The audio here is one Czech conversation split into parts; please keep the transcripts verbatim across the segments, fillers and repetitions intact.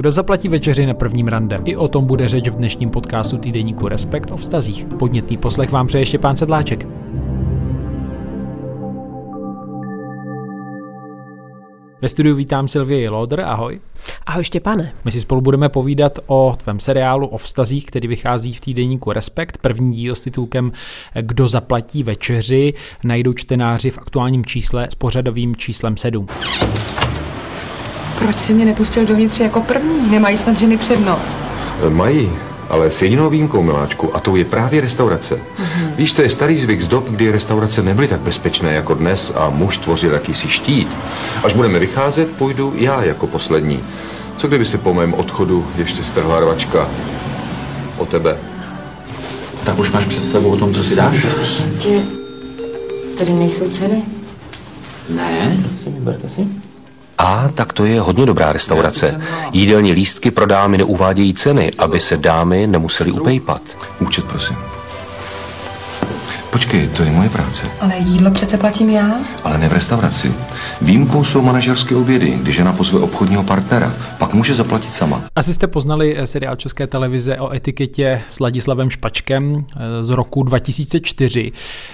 Kdo zaplatí večeři na prvním rande? I o tom bude řeč v dnešním podcastu týdeníku Respekt o vztazích. Podnětný poslech vám přeje Štěpán Sedláček. Ve studiu vítám Sylvii Loder, ahoj. Ahoj Štěpáne. My si spolu budeme povídat o tvém seriálu o vztazích, který vychází v týdeníku Respekt. První díl s titulkem Kdo zaplatí večeři najdou čtenáři v aktuálním čísle s pořadovým číslem sedm. Proč jsi mě nepustil dovnitř jako první? Nemají snad ženy přednost? Mají, ale s jedinou výjimkou, miláčku, a tou je právě restaurace. Mm-hmm. Víš, to je starý zvyk z dob, kdy restaurace nebyly tak bezpečné jako dnes a muž tvořil jakýsi štít. Až budeme vycházet, půjdu já jako poslední. Co kdyby se po mém odchodu ještě strhla rvačka o tebe? Tak už máš představu o tom, co si dáš? Tě, tady nejsou ceny? Ne. Prosím, vyberte si. A tak to je hodně dobrá restaurace. Jídelní lístky pro dámy neuvádějí ceny, aby se dámy nemusely upejpat. Účet, prosím. Počkej, to je moje práce. Ale jídlo přece platím já. Ale ne v restauraci. Výjimkou jsou manažerské obědy, když žena pozve obchodního partnera. Pak může zaplatit sama. Asi jste poznali seriál České televize o etiketě s Ladislavem Špačkem z roku dva tisíce čtyři.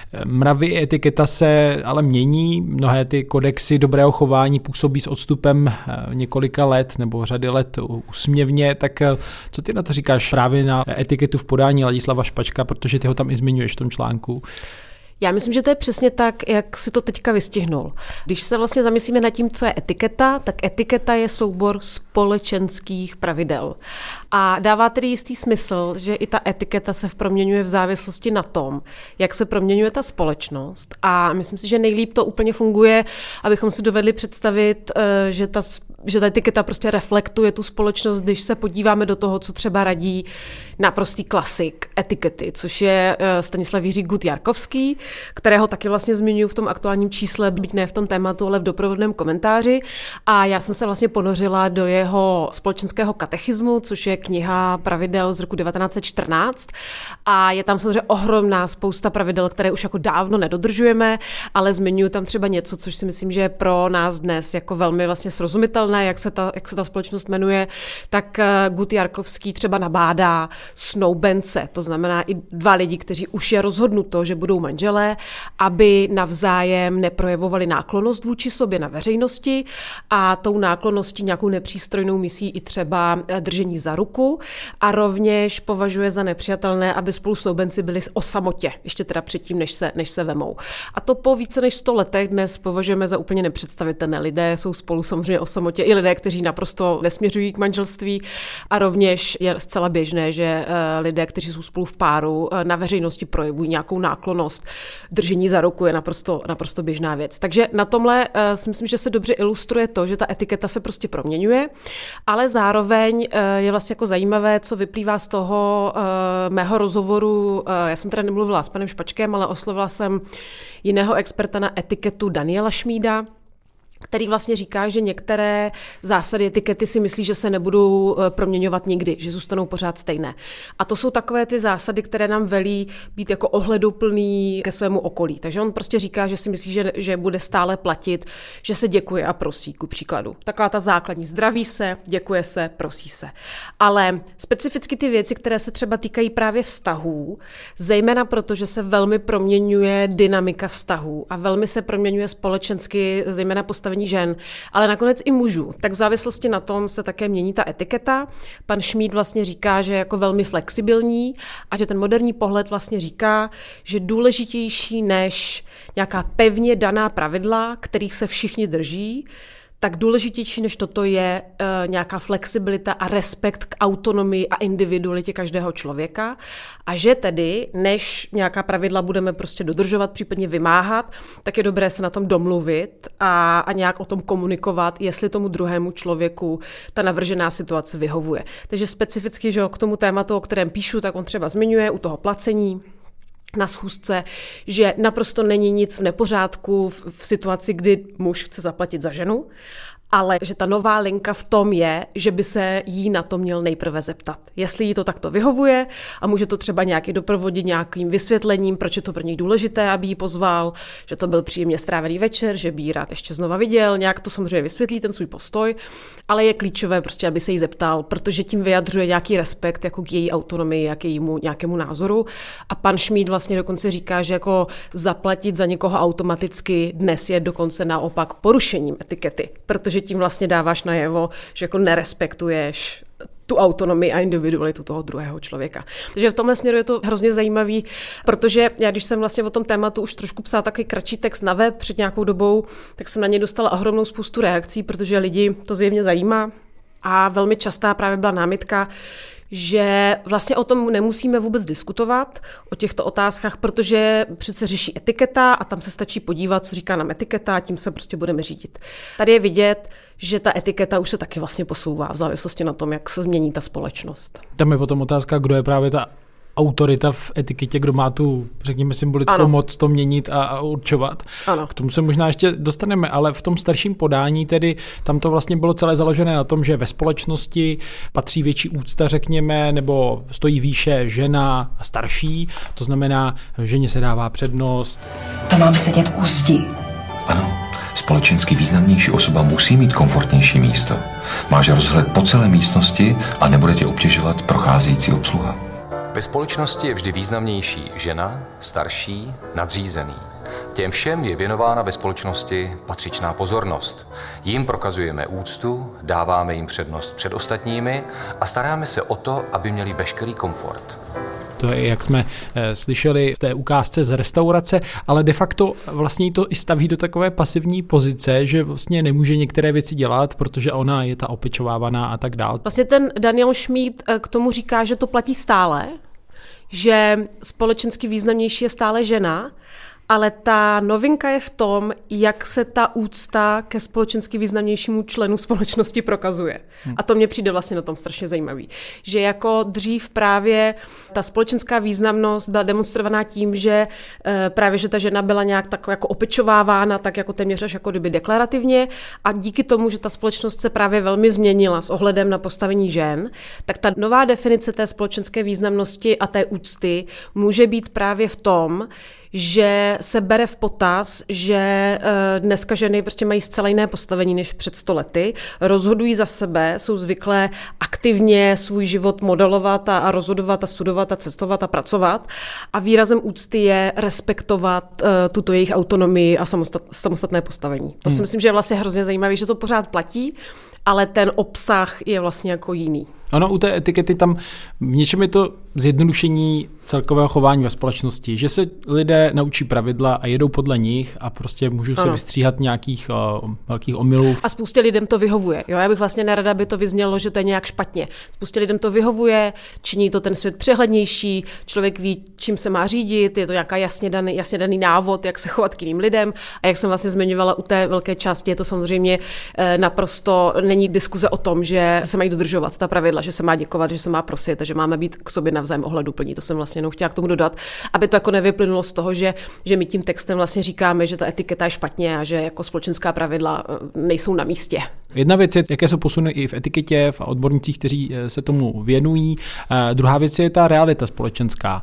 Mravy etiketa se ale mění. Mnohé ty kodexy dobrého chování působí s odstupem několika let nebo řady let úsměvně. Tak co ty na to říkáš právě na etiketu v podání Ladislava Špačka, protože ty ho tam i zmiňuješ v tom článku? Já myslím, že to je přesně tak, jak si to teďka vystihnul. Když se vlastně zamyslíme nad tím, co je etiketa, tak etiketa je soubor společenských pravidel. A dává tedy jistý smysl, že i ta etiketa se proměňuje v závislosti na tom, jak se proměňuje ta společnost. A myslím si, že nejlíp to úplně funguje, abychom si dovedli představit, že ta, že ta etiketa prostě reflektuje tu společnost, když se podíváme do toho, co třeba radí naprostý klasik etikety, což je Stanislav Jiří Gut-Jarkovský, kterého taky vlastně zmiňuji v tom aktuálním čísle, byť ne v tom tématu, ale v doprovodném komentáři. A já jsem se vlastně ponořila do jeho společenského katechismu, což je kniha pravidel z roku devatenáct set čtrnáct. A je tam samozřejmě ohromná spousta pravidel, které už jako dávno nedodržujeme, ale zmiňuji tam třeba něco, což si myslím, že je pro nás dnes jako velmi vlastně srozumitelné, jak se ta, jak se ta společnost jmenuje. Tak Gut-Jarkovský třeba nabádá snoubence, to znamená i dva lidi, kteří už je rozhodnuto, že budou manželé, aby navzájem neprojevovali náklonnost vůči sobě na veřejnosti a tou náklonností nějakou nepřístrojnou myslí i třeba držení za ruku a rovněž považuje za nepřijatelné, aby spolu snoubenci byli o samotě, ještě teda předtím, než se, než se vemou. A to po více než sto letech dnes považujeme za úplně nepředstavitelné. Lidé jsou spolu samozřejmě o samotě, i lidé, kteří naprosto nesměřují k manželství a rovněž je zcela běžné, že lidé, kteří jsou spolu v páru, na veřejnosti projevují nějakou náklonnost. Držení za ruku je naprosto, naprosto běžná věc. Takže na tomhle uh, si myslím, že se dobře ilustruje to, že ta etiketa se prostě proměňuje, ale zároveň uh, je vlastně jako zajímavé, co vyplývá z toho uh, mého rozhovoru. Uh, já jsem teda nemluvila s panem Špačkem, ale oslovila jsem jiného experta na etiketu Daniela Šmída, který vlastně říká, že některé zásady etikety si myslí, že se nebudou proměňovat nikdy, že zůstanou pořád stejné. A to jsou takové ty zásady, které nám velí být jako ohleduplný ke svému okolí. Takže on prostě říká, že si myslí, že, že bude stále platit, že se děkuje a prosí, ku příkladu. Taková ta základní zdraví se, děkuje se, prosí se. Ale specificky ty věci, které se třeba týkají právě vztahů, zejména proto, že se velmi proměňuje dynamika vztahů a velmi se proměňuje společensky, zejména postavení žen, ale nakonec i mužů. Tak v závislosti na tom se také mění ta etiketa. Pan Šmíd vlastně říká, že je jako velmi flexibilní a že ten moderní pohled vlastně říká, že důležitější než nějaká pevně daná pravidla, kterých se všichni drží, tak důležitější než toto je uh, nějaká flexibilita a respekt k autonomii a individualitě každého člověka a že tedy, než nějaká pravidla budeme prostě dodržovat, případně vymáhat, tak je dobré se na tom domluvit a, a nějak o tom komunikovat, jestli tomu druhému člověku ta navržená situace vyhovuje. Takže specificky, že k tomu tématu, o kterém píšu, tak on třeba zmiňuje u toho placení na schůzce, že naprosto není nic v nepořádku v, v situaci, kdy muž chce zaplatit za ženu, ale že ta nová linka v tom je, že by se jí na to měl nejprve zeptat. Jestli jí to takto vyhovuje a může to třeba nějaký doprovodit nějakým vysvětlením, proč je to pro něj důležité, aby jí pozval, že to byl příjemně strávený večer, že by jí rád ještě znova viděl, nějak to samozřejmě vysvětlí ten svůj postoj, ale je klíčové prostě, aby se jí zeptal, protože tím vyjadřuje nějaký respekt jako k její autonomii, jak jejímu nějakému názoru. A pan Šmíd vlastně dokonce říká, že jako zaplatit za někoho automaticky dnes je dokonce naopak porušením etikety, protože tím vlastně dáváš najevo, že jako nerespektuješ tu autonomii a individualitu toho druhého člověka. Takže v tomhle směru je to hrozně zajímavý, protože já, když jsem vlastně o tom tématu už trošku psala takový kratší text na web před nějakou dobou, tak jsem na ně dostala ohromnou spoustu reakcí, protože lidi to zjevně zajímá. A velmi častá právě byla námitka, že vlastně o tom nemusíme vůbec diskutovat, o těchto otázkách, protože přece řeší etiketa a tam se stačí podívat, co říká nám etiketa a tím se prostě budeme řídit. Tady je vidět, že ta etiketa už se taky vlastně posouvá v závislosti na tom, jak se změní ta společnost. Tam je potom otázka, kdo je právě ta autorita v etiketě, kdo má tu, řekněme, symbolickou ano. moc to měnit a, a určovat. Ano. K tomu se možná ještě dostaneme, ale v tom starším podání tedy tam to vlastně bylo celé založené na tom, že ve společnosti patří větší úcta, řekněme, nebo stojí výše žena a starší, to znamená, ženě se dává přednost. To mám sedět u zdi. Ano, společensky významnější osoba musí mít komfortnější místo. Máš rozhled po celé místnosti a nebude tě obtěžovat procházející obsluha. Ve společnosti je vždy významnější žena, starší, nadřízený. Těm všem je věnována ve společnosti patřičná pozornost. Jim prokazujeme úctu, dáváme jim přednost před ostatními a staráme se o to, aby měli veškerý komfort. To je, jak jsme e, slyšeli v té ukázce z restaurace, ale de facto vlastně to i staví do takové pasivní pozice, že vlastně nemůže některé věci dělat, protože ona je ta opečovávaná a tak dál. Vlastně ten Daniel Šmíd k tomu říká, že to platí stále, že společensky významnější je stále žena, ale ta novinka je v tom, jak se ta úcta ke společensky významnějšímu členu společnosti prokazuje. Hmm. A to mě přijde vlastně na tom strašně zajímavý. Že jako dřív právě ta společenská významnost byla demonstrovaná tím, že e, právě, že ta žena byla nějak tak jako opečovávána, tak jako téměř až jako kdyby deklarativně a díky tomu, že ta společnost se právě velmi změnila s ohledem na postavení žen, tak ta nová definice té společenské významnosti a té úcty může být právě v tom, že se bere v potaz, že dneska ženy prostě mají zcela jiné postavení než před sto lety, rozhodují za sebe, jsou zvyklé aktivně svůj život modelovat a, a rozhodovat a studovat a cestovat a pracovat a výrazem úcty je respektovat uh, tuto jejich autonomii a samostat, samostatné postavení. To hmm. si myslím, že je vlastně hrozně zajímavé, že to pořád platí, ale ten obsah je vlastně jako jiný. Ano, u té etikety tam v něčem je to zjednodušení celkového chování ve společnosti, že se lidé naučí pravidla a jedou podle nich a prostě můžou se ano. vystříhat nějakých uh, velkých omylů. A spoustě lidem to vyhovuje. Jo? Já bych vlastně nerada, aby to vyznělo, že to je nějak špatně. Spoustě lidem to vyhovuje, činí to ten svět přehlednější, člověk ví, čím se má řídit, je to nějaká jasně daný, jasně daný návod, jak se chovat k jiným lidem a jak jsem vlastně zmiňovala u té velké části, je to samozřejmě eh, naprosto, není diskuze o tom, že se mají dodržovat ta pravidla, že se má děkovat, že se má prosit a že máme být k sobě navzájem ohleduplní. To jsem vlastně jenom chtěla k tomu dodat, aby to jako nevyplynulo z toho, že, že my tím textem vlastně říkáme, že ta etiketa je špatně a že jako společenská pravidla nejsou na místě. Jedna věc je, jaké jsou posuny i v etiketě, v odbornících, kteří se tomu věnují. Druhá věc je ta realita společenská.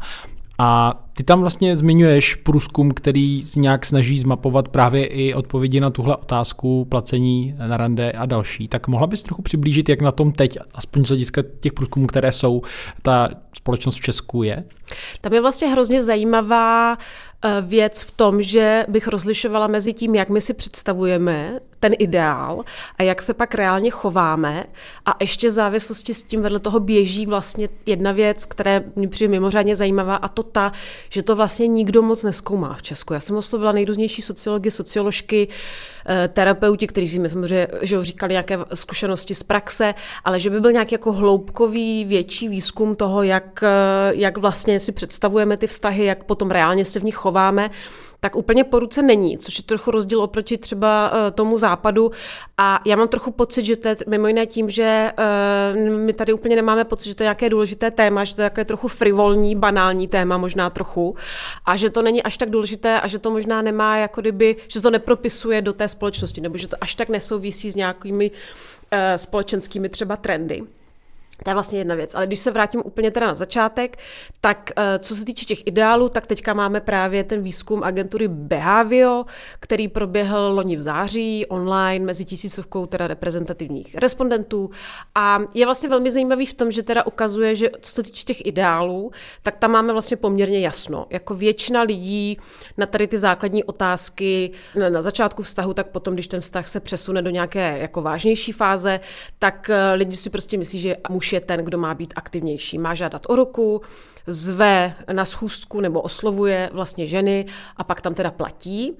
A ty tam vlastně zmiňuješ průzkum, který se nějak snaží zmapovat právě i odpovědi na tuhle otázku placení na rande a další. Tak mohla bys trochu přiblížit, jak na tom teď, aspoň z hlediska těch průzkumů, které jsou, ta společnost v Česku je? Tam je vlastně hrozně zajímavá věc v tom, že bych rozlišovala mezi tím, jak my si představujeme ten ideál a jak se pak reálně chováme a ještě v závislosti s tím vedle toho běží vlastně jedna věc, která mě přijde mimořádně zajímavá a to ta, že to vlastně nikdo moc nezkoumá v Česku. Já jsem oslovila nejrůznější sociology, socioložky, terapeuti, kteří mi samozřejmě že říkali nějaké zkušenosti z praxe, ale že by byl nějaký jako hloubkový větší výzkum toho, jak, jak vlastně si představujeme ty vztahy, jak potom reálně se v nich chováme, tak úplně po ruce není, což je trochu rozdíl oproti třeba uh, tomu západu. A já mám trochu pocit, že to je mimo jiné tím, že uh, my tady úplně nemáme pocit, že to je nějaké důležité téma, že to je nějaké trochu frivolní, banální téma možná trochu a že to není až tak důležité a že to možná nemá jako kdyby, že to nepropisuje do té společnosti nebo že to až tak nesouvisí s nějakými uh, společenskými třeba trendy. To je vlastně jedna věc. Ale když se vrátím úplně teda na začátek, tak co se týče těch ideálů, tak teďka máme právě ten výzkum agentury Behavio, který proběhl loni v září online mezi tisícovkou teda reprezentativních respondentů a je vlastně velmi zajímavý v tom, že teda ukazuje, že co se týče těch ideálů, tak tam máme vlastně poměrně jasno. Jako většina lidí na tady ty základní otázky na začátku vztahu, tak potom, když ten vztah se přesune do nějaké jako vážnější fáze, tak lidi si prostě myslí, že muž je ten, kdo má být aktivnější. Má žádat o ruku, zve na schůzku nebo oslovuje vlastně ženy a pak tam teda platí.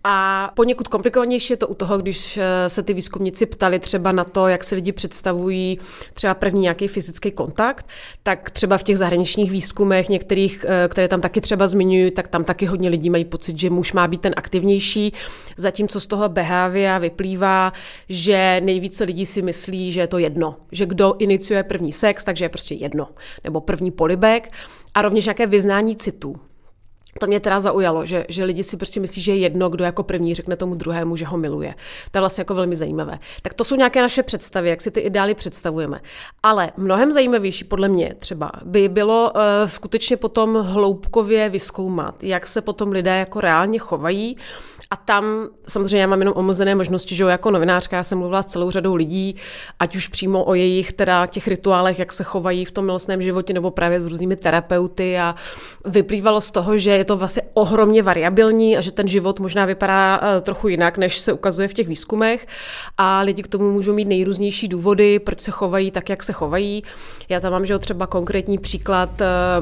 A poněkud komplikovanější je to u toho, když se ty výzkumníci ptali třeba na to, jak si lidi představují třeba první nějaký fyzický kontakt, tak třeba v těch zahraničních výzkumech některých, které tam taky třeba zmiňují, tak tam taky hodně lidí mají pocit, že muž má být ten aktivnější, zatímco z toho behavia vyplývá, že nejvíce lidí si myslí, že je to jedno, že kdo iniciuje první sex, takže je prostě jedno, nebo první polibek a rovněž nějaké vyznání citů. To mě teda zaujalo, že, že lidi si prostě myslí, že je jedno, kdo jako první řekne tomu druhému, že ho miluje. To je vlastně jako velmi zajímavé. Tak to jsou nějaké naše představy, jak si ty ideály představujeme. Ale mnohem zajímavější podle mě třeba by bylo uh, skutečně potom hloubkově vyzkoumat, jak se potom lidé jako reálně chovají. A tam samozřejmě já mám jenom omezené možnosti, že jako novinářka já jsem mluvila s celou řadou lidí, ať už přímo o jejich teda těch rituálech, jak se chovají v tom milostném životě, nebo právě s různými terapeuty a vyplývalo z toho, že je to vlastně ohromně variabilní a že ten život možná vypadá trochu jinak, než se ukazuje v těch výzkumech a lidi k tomu můžou mít nejrůznější důvody, proč se chovají tak, jak se chovají. Já tam mám, že třeba konkrétní příklad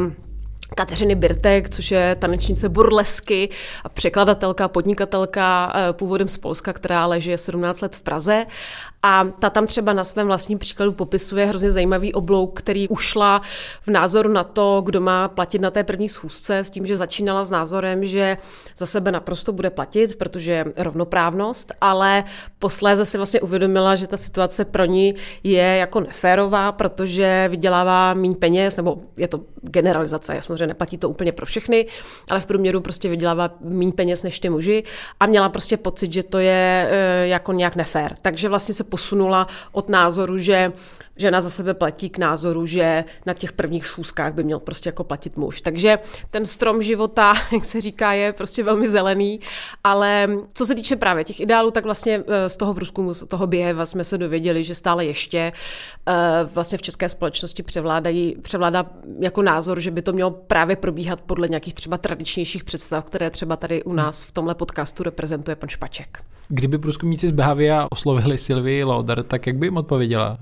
Kateřiny Birtek, což je tanečnice burlesky a překladatelka, podnikatelka původem z Polska, která ale žije sedmnáct let v Praze. A ta tam třeba na svém vlastním příkladu popisuje hrozně zajímavý oblouk, který ušla v názoru na to, kdo má platit na té první schůzce, s tím, že začínala s názorem, že za sebe naprosto bude platit, protože rovnoprávnost, ale posléze si vlastně uvědomila, že ta situace pro ní je jako neférová, protože vydělává míň peněz, nebo je to generalizace, já samozřejmě neplatí to úplně pro všechny, ale v průměru prostě vydělává míň peněz než ty muži a měla prostě pocit, že to je e, jako nějak nefér. Takže vlastně se posunula od názoru, že žena za sebe platí k názoru, že na těch prvních schůzkách by měl prostě jako platit muž. Takže ten strom života, jak se říká, je prostě velmi zelený, ale co se týče právě těch ideálů, tak vlastně z toho průzkumu, z toho Běheva jsme se dověděli, že stále ještě vlastně v české společnosti převládají, převládá jako názor, že by to mělo právě probíhat podle nějakých třeba tradičnějších představ, které třeba tady u nás v tomhle podcastu reprezentuje pan Špaček. Kdyby průzkumníci z Behavia oslovili Sylvii Lauder, tak jak by jim odpověděla?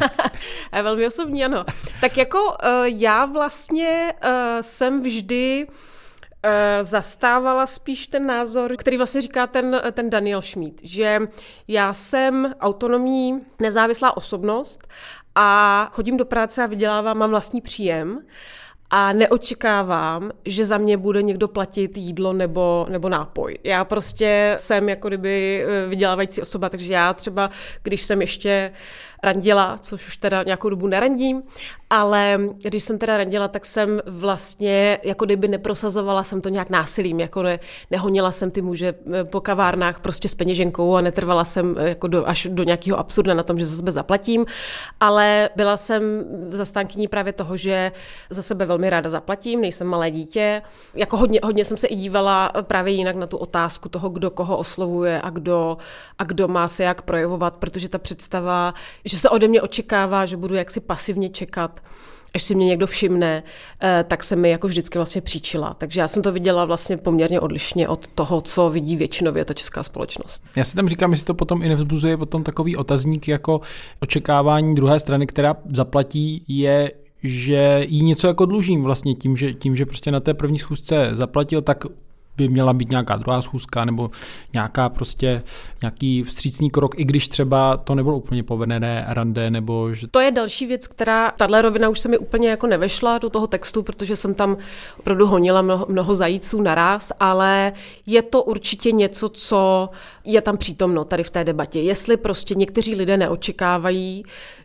Je velmi osobní, ano. Tak jako uh, já vlastně uh, jsem vždy uh, zastávala spíš ten názor, který vlastně říká ten, ten Daniel Schmidt, že já jsem autonomní, nezávislá osobnost a chodím do práce a vydělávám, mám vlastní příjem a neočekávám, že za mě bude někdo platit jídlo nebo, nebo nápoj. Já prostě jsem jako kdyby vydělávající osoba, takže já třeba, když jsem ještě randila, což už teda nějakou dobu nerandím, ale když jsem teda randila, tak jsem vlastně jako kdyby neprosazovala jsem to nějak násilím, jako ne, nehonila jsem ty muže po kavárnách prostě s peněženkou a netrvala jsem jako do, až do nějakého absurda na tom, že za sebe zaplatím, ale byla jsem zastánkyní právě toho, že za sebe velmi ráda zaplatím, nejsem malé dítě. Jako hodně, hodně jsem se i dívala právě jinak na tu otázku toho, kdo koho oslovuje a kdo, a kdo má se jak projevovat, protože ta představa, že se ode mě očekává, že budu jaksi pasivně čekat, až si mě někdo všimne, tak se mi jako vždycky vlastně příčila. Takže já jsem to viděla vlastně poměrně odlišně od toho, co vidí většinově ta česká společnost. Já si tam říkám, jestli to potom i nevzbuzuje potom takový otazník jako očekávání druhé strany, která zaplatí, je, že jí něco jako dlužím vlastně tím, že, tím, že prostě na té první schůzce zaplatil, tak by měla být nějaká druhá schůzka nebo nějaká prostě nějaký vstřícný krok, i když třeba to nebylo úplně povedené rande, nebo že... To je další věc, která, tahle rovina už se mi úplně jako nevešla do toho textu, protože jsem tam opravdu honila mnoho, mnoho zajíců naraz, ale je to určitě něco, co je tam přítomno tady v té debatě. Jestli prostě někteří lidé neočekávají,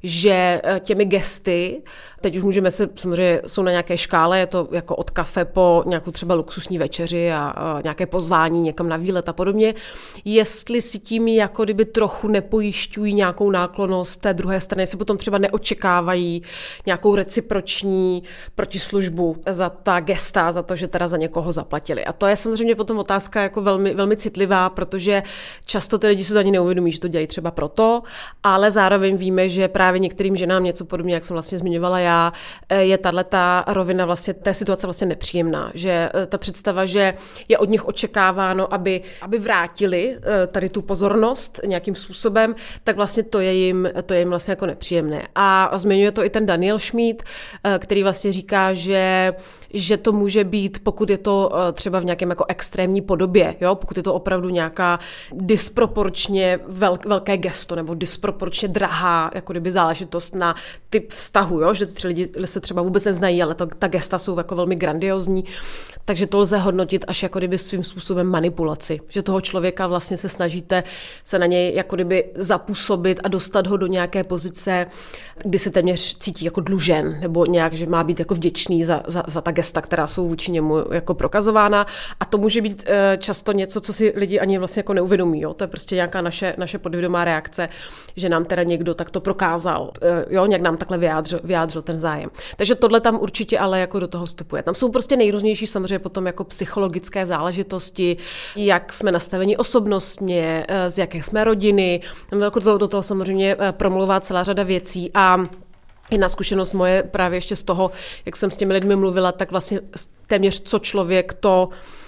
že těmi gesty, teď už můžeme se, samozřejmě jsou na nějaké škále, je to jako od kafe po nějakou třeba luxusní večeři a, a nějaké pozvání někam na výlet a podobně, jestli si tím jako kdyby trochu nepojišťují nějakou náklonnost té druhé strany, jestli potom třeba neočekávají nějakou reciproční protislužbu za ta gesta, za to, že teda za někoho zaplatili. A to je samozřejmě potom otázka jako velmi, velmi citlivá, protože často ty lidi si to ani neuvědomí, že to dělají třeba proto, ale zároveň víme, že právě některým ženám něco podobně, jak jsem vlastně zmiňovala já, je tahleta rovina vlastně té situace vlastně nepříjemná, že ta představa, že je od nich očekáváno, aby, aby vrátili tady tu pozornost nějakým způsobem, tak vlastně to je jim, to je jim vlastně jako nepříjemné. A zmiňuje to i ten Daniel Schmid, který vlastně říká, že že to může být, pokud je to třeba v nějakém jako extrémní podobě, jo? Pokud je to opravdu nějaká disproporčně velk, velké gesto nebo disproporčně drahá jako kdyby záležitost na typ vztahu, jo? Že ty lidi se třeba vůbec neznají, ale to, ta gesta jsou jako velmi grandiozní, takže to lze hodnotit až jako kdyby svým způsobem manipulaci, že toho člověka vlastně se snažíte se na něj jako kdyby zapůsobit a dostat ho do nějaké pozice, kdy se téměř cítí jako dlužen nebo nějak, že má být jako vděčný za, za, za ta gesta, která jsou vůči němu jako prokazována, a to může být e, často něco, co si lidi ani vlastně jako neuvědomí, jo? To je prostě nějaká naše, naše podvědomá reakce, že nám teda někdo takto prokázal, e, jo? Nějak nám takhle vyjádřil, vyjádřil ten zájem. Takže tohle tam určitě ale jako do toho vstupuje. Tam jsou prostě nejrůznější samozřejmě potom jako psychologické záležitosti, jak jsme nastaveni osobnostně, e, z jaké jsme rodiny, jako do, do toho samozřejmě promluvá celá řada věcí. A jedna zkušenost moje právě ještě z toho, jak jsem s těmi lidmi mluvila, tak vlastně téměř co člověk, to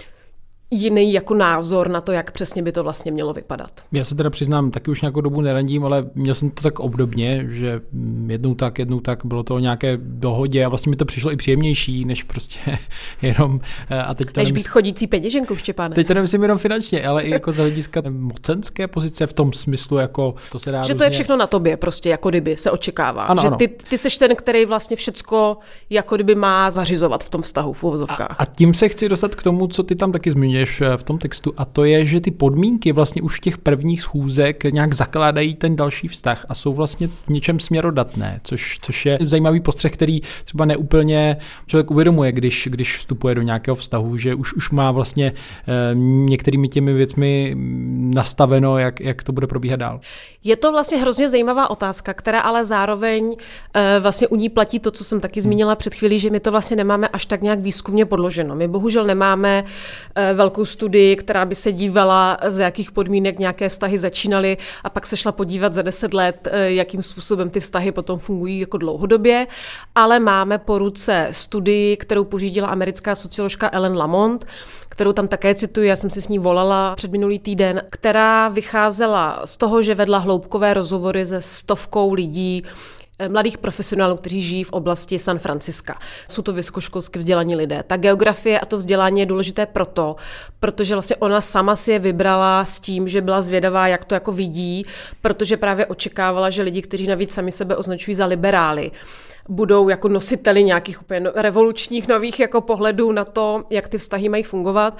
jiný jako názor na to, jak přesně by to vlastně mělo vypadat. Já se teda přiznám, taky už nějakou dobu nerandím, ale měl jsem to tak obdobně, že jednou tak, jednou tak, bylo to o nějaké dohodě a vlastně mi to přišlo i příjemnější, než prostě jenom... A teď to než nemysl... být chodící peněženkou, Štěpáne. Teď to nemyslím jenom finančně, ale i jako z hlediska mocenské pozice v tom smyslu, jako to se dá že různě... to je všechno na tobě, prostě jako kdyby se očekává. Ano, že ano. ty, ty seš ten, který vlastně všecko jako kdyby má zařizovat v tom vztahu, v uvozovkách. A, a tím se chci dostat k tomu, co ty tam taky zmiňuješ v tom textu, a to je, že ty podmínky vlastně už těch prvních schůzek nějak zakládají ten další vztah a jsou vlastně v něčem směrodatné, což, což je zajímavý postřeh, který třeba neúplně člověk uvědomuje, když, když vstupuje do nějakého vztahu, že už, už má vlastně e, některými těmi věcmi nastaveno, jak, jak to bude probíhat dál. Je to vlastně hrozně zajímavá otázka, která ale zároveň e, vlastně u ní platí to, co jsem taky zmínila před chvílí, že my to vlastně nemáme až tak nějak výzkumně podloženo. My bohužel nemáme e, velkou studii, která by se dívala, z jakých podmínek nějaké vztahy začínaly, a pak se šla podívat za deset let, jakým způsobem ty vztahy potom fungují jako dlouhodobě, ale máme po ruce studii, kterou pořídila americká socioložka Ellen Lamont, kterou tam také cituji, já jsem si s ní volala před minulý týden, která vycházela z toho, že vedla hloubkové rozhovory se stovkou lidí, mladých profesionálů, kteří žijí v oblasti San Franciska. Jsou to vysokoškolsky vzdělaní lidé. Ta geografie a to vzdělání je důležité proto, protože vlastně ona sama si je vybrala s tím, že byla zvědavá, jak to jako vidí, protože právě očekávala, že lidi, kteří navíc sami sebe označují za liberály, budou jako nositeli nějakých úplně revolučních nových jako pohledů na to, jak ty vztahy mají fungovat.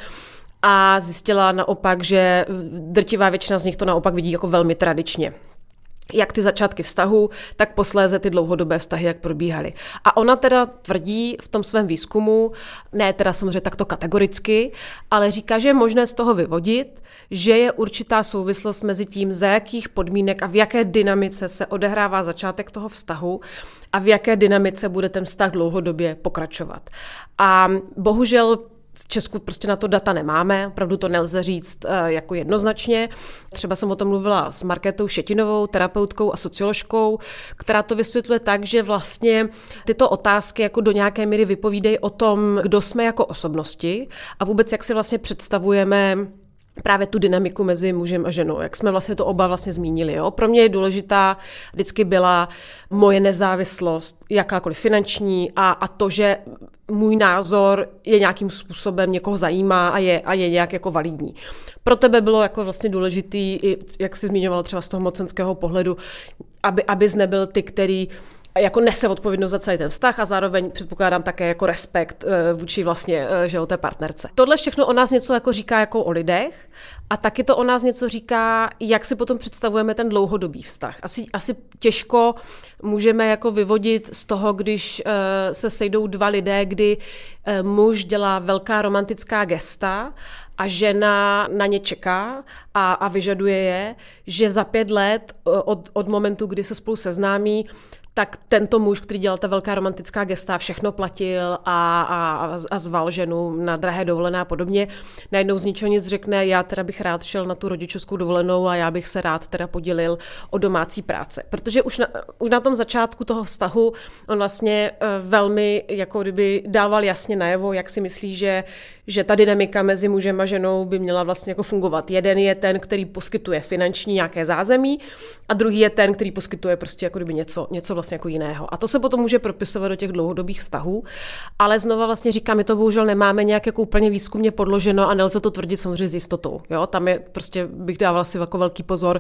A zjistila naopak, že drtivá většina z nich to naopak vidí jako velmi tradičně. Jak ty začátky vztahu, tak posléze ty dlouhodobé vztahy, jak probíhaly. A ona teda tvrdí v tom svém výzkumu, ne teda samozřejmě takto kategoricky, ale říká, že je možné z toho vyvodit, že je určitá souvislost mezi tím, za jakých podmínek a v jaké dynamice se odehrává začátek toho vztahu a v jaké dynamice bude ten vztah dlouhodobě pokračovat. A bohužel v Česku prostě na to data nemáme, opravdu to nelze říct jako jednoznačně. Třeba jsem o tom mluvila s Markétou Šetinovou, terapeutkou a socioložkou, která to vysvětluje tak, že vlastně tyto otázky jako do nějaké míry vypovídají o tom, kdo jsme jako osobnosti a vůbec jak si vlastně představujeme právě tu dynamiku mezi mužem a ženou, jak jsme vlastně to oba vlastně zmínili. Jo? Pro mě je důležitá vždycky byla moje nezávislost, jakákoliv finanční a, a to, že můj názor je nějakým způsobem někoho zajímá a je, a je nějak jako validní. Pro tebe bylo jako vlastně důležitý, jak jsi zmiňovala třeba z toho mocenského pohledu, aby, abys nebyl ty, který jako nese odpovědnost za celý ten vztah a zároveň předpokládám také jako respekt vůči vlastně, že o té partnerce. Tohle všechno o nás něco jako říká jako o lidech a taky to o nás něco říká, jak si potom představujeme ten dlouhodobý vztah. Asi, asi těžko můžeme jako vyvodit z toho, když se sejdou dva lidé, kdy muž dělá velká romantická gesta a žena na ně čeká a, a vyžaduje je, že za pět let od, od momentu, kdy se spolu seznámí, tak tento muž, který dělal ta velká romantická gesta, všechno platil a, a, a zval ženu na drahé dovolené a podobně. Najednou z ničeho nic řekne, já teda bych rád šel na tu rodičovskou dovolenou a já bych se rád teda podělil o domácí práce. Protože už na, už na tom začátku toho vztahu on vlastně velmi jako kdyby dával jasně najevo, jak si myslí, že, že ta dynamika mezi mužem a ženou by měla vlastně jako fungovat. Jeden je ten, který poskytuje finanční nějaké zázemí a druhý je ten, který poskytuje prostě jako kdyby něco, něco vlastně jako jiného. A to se potom může propisovat do těch dlouhodobých vztahů, ale znova vlastně říkám, my to bohužel nemáme nějak jako úplně výzkumně podloženo a nelze to tvrdit samozřejmě s jistotou. Jo? Tam je prostě, bych dávala si jako velký pozor,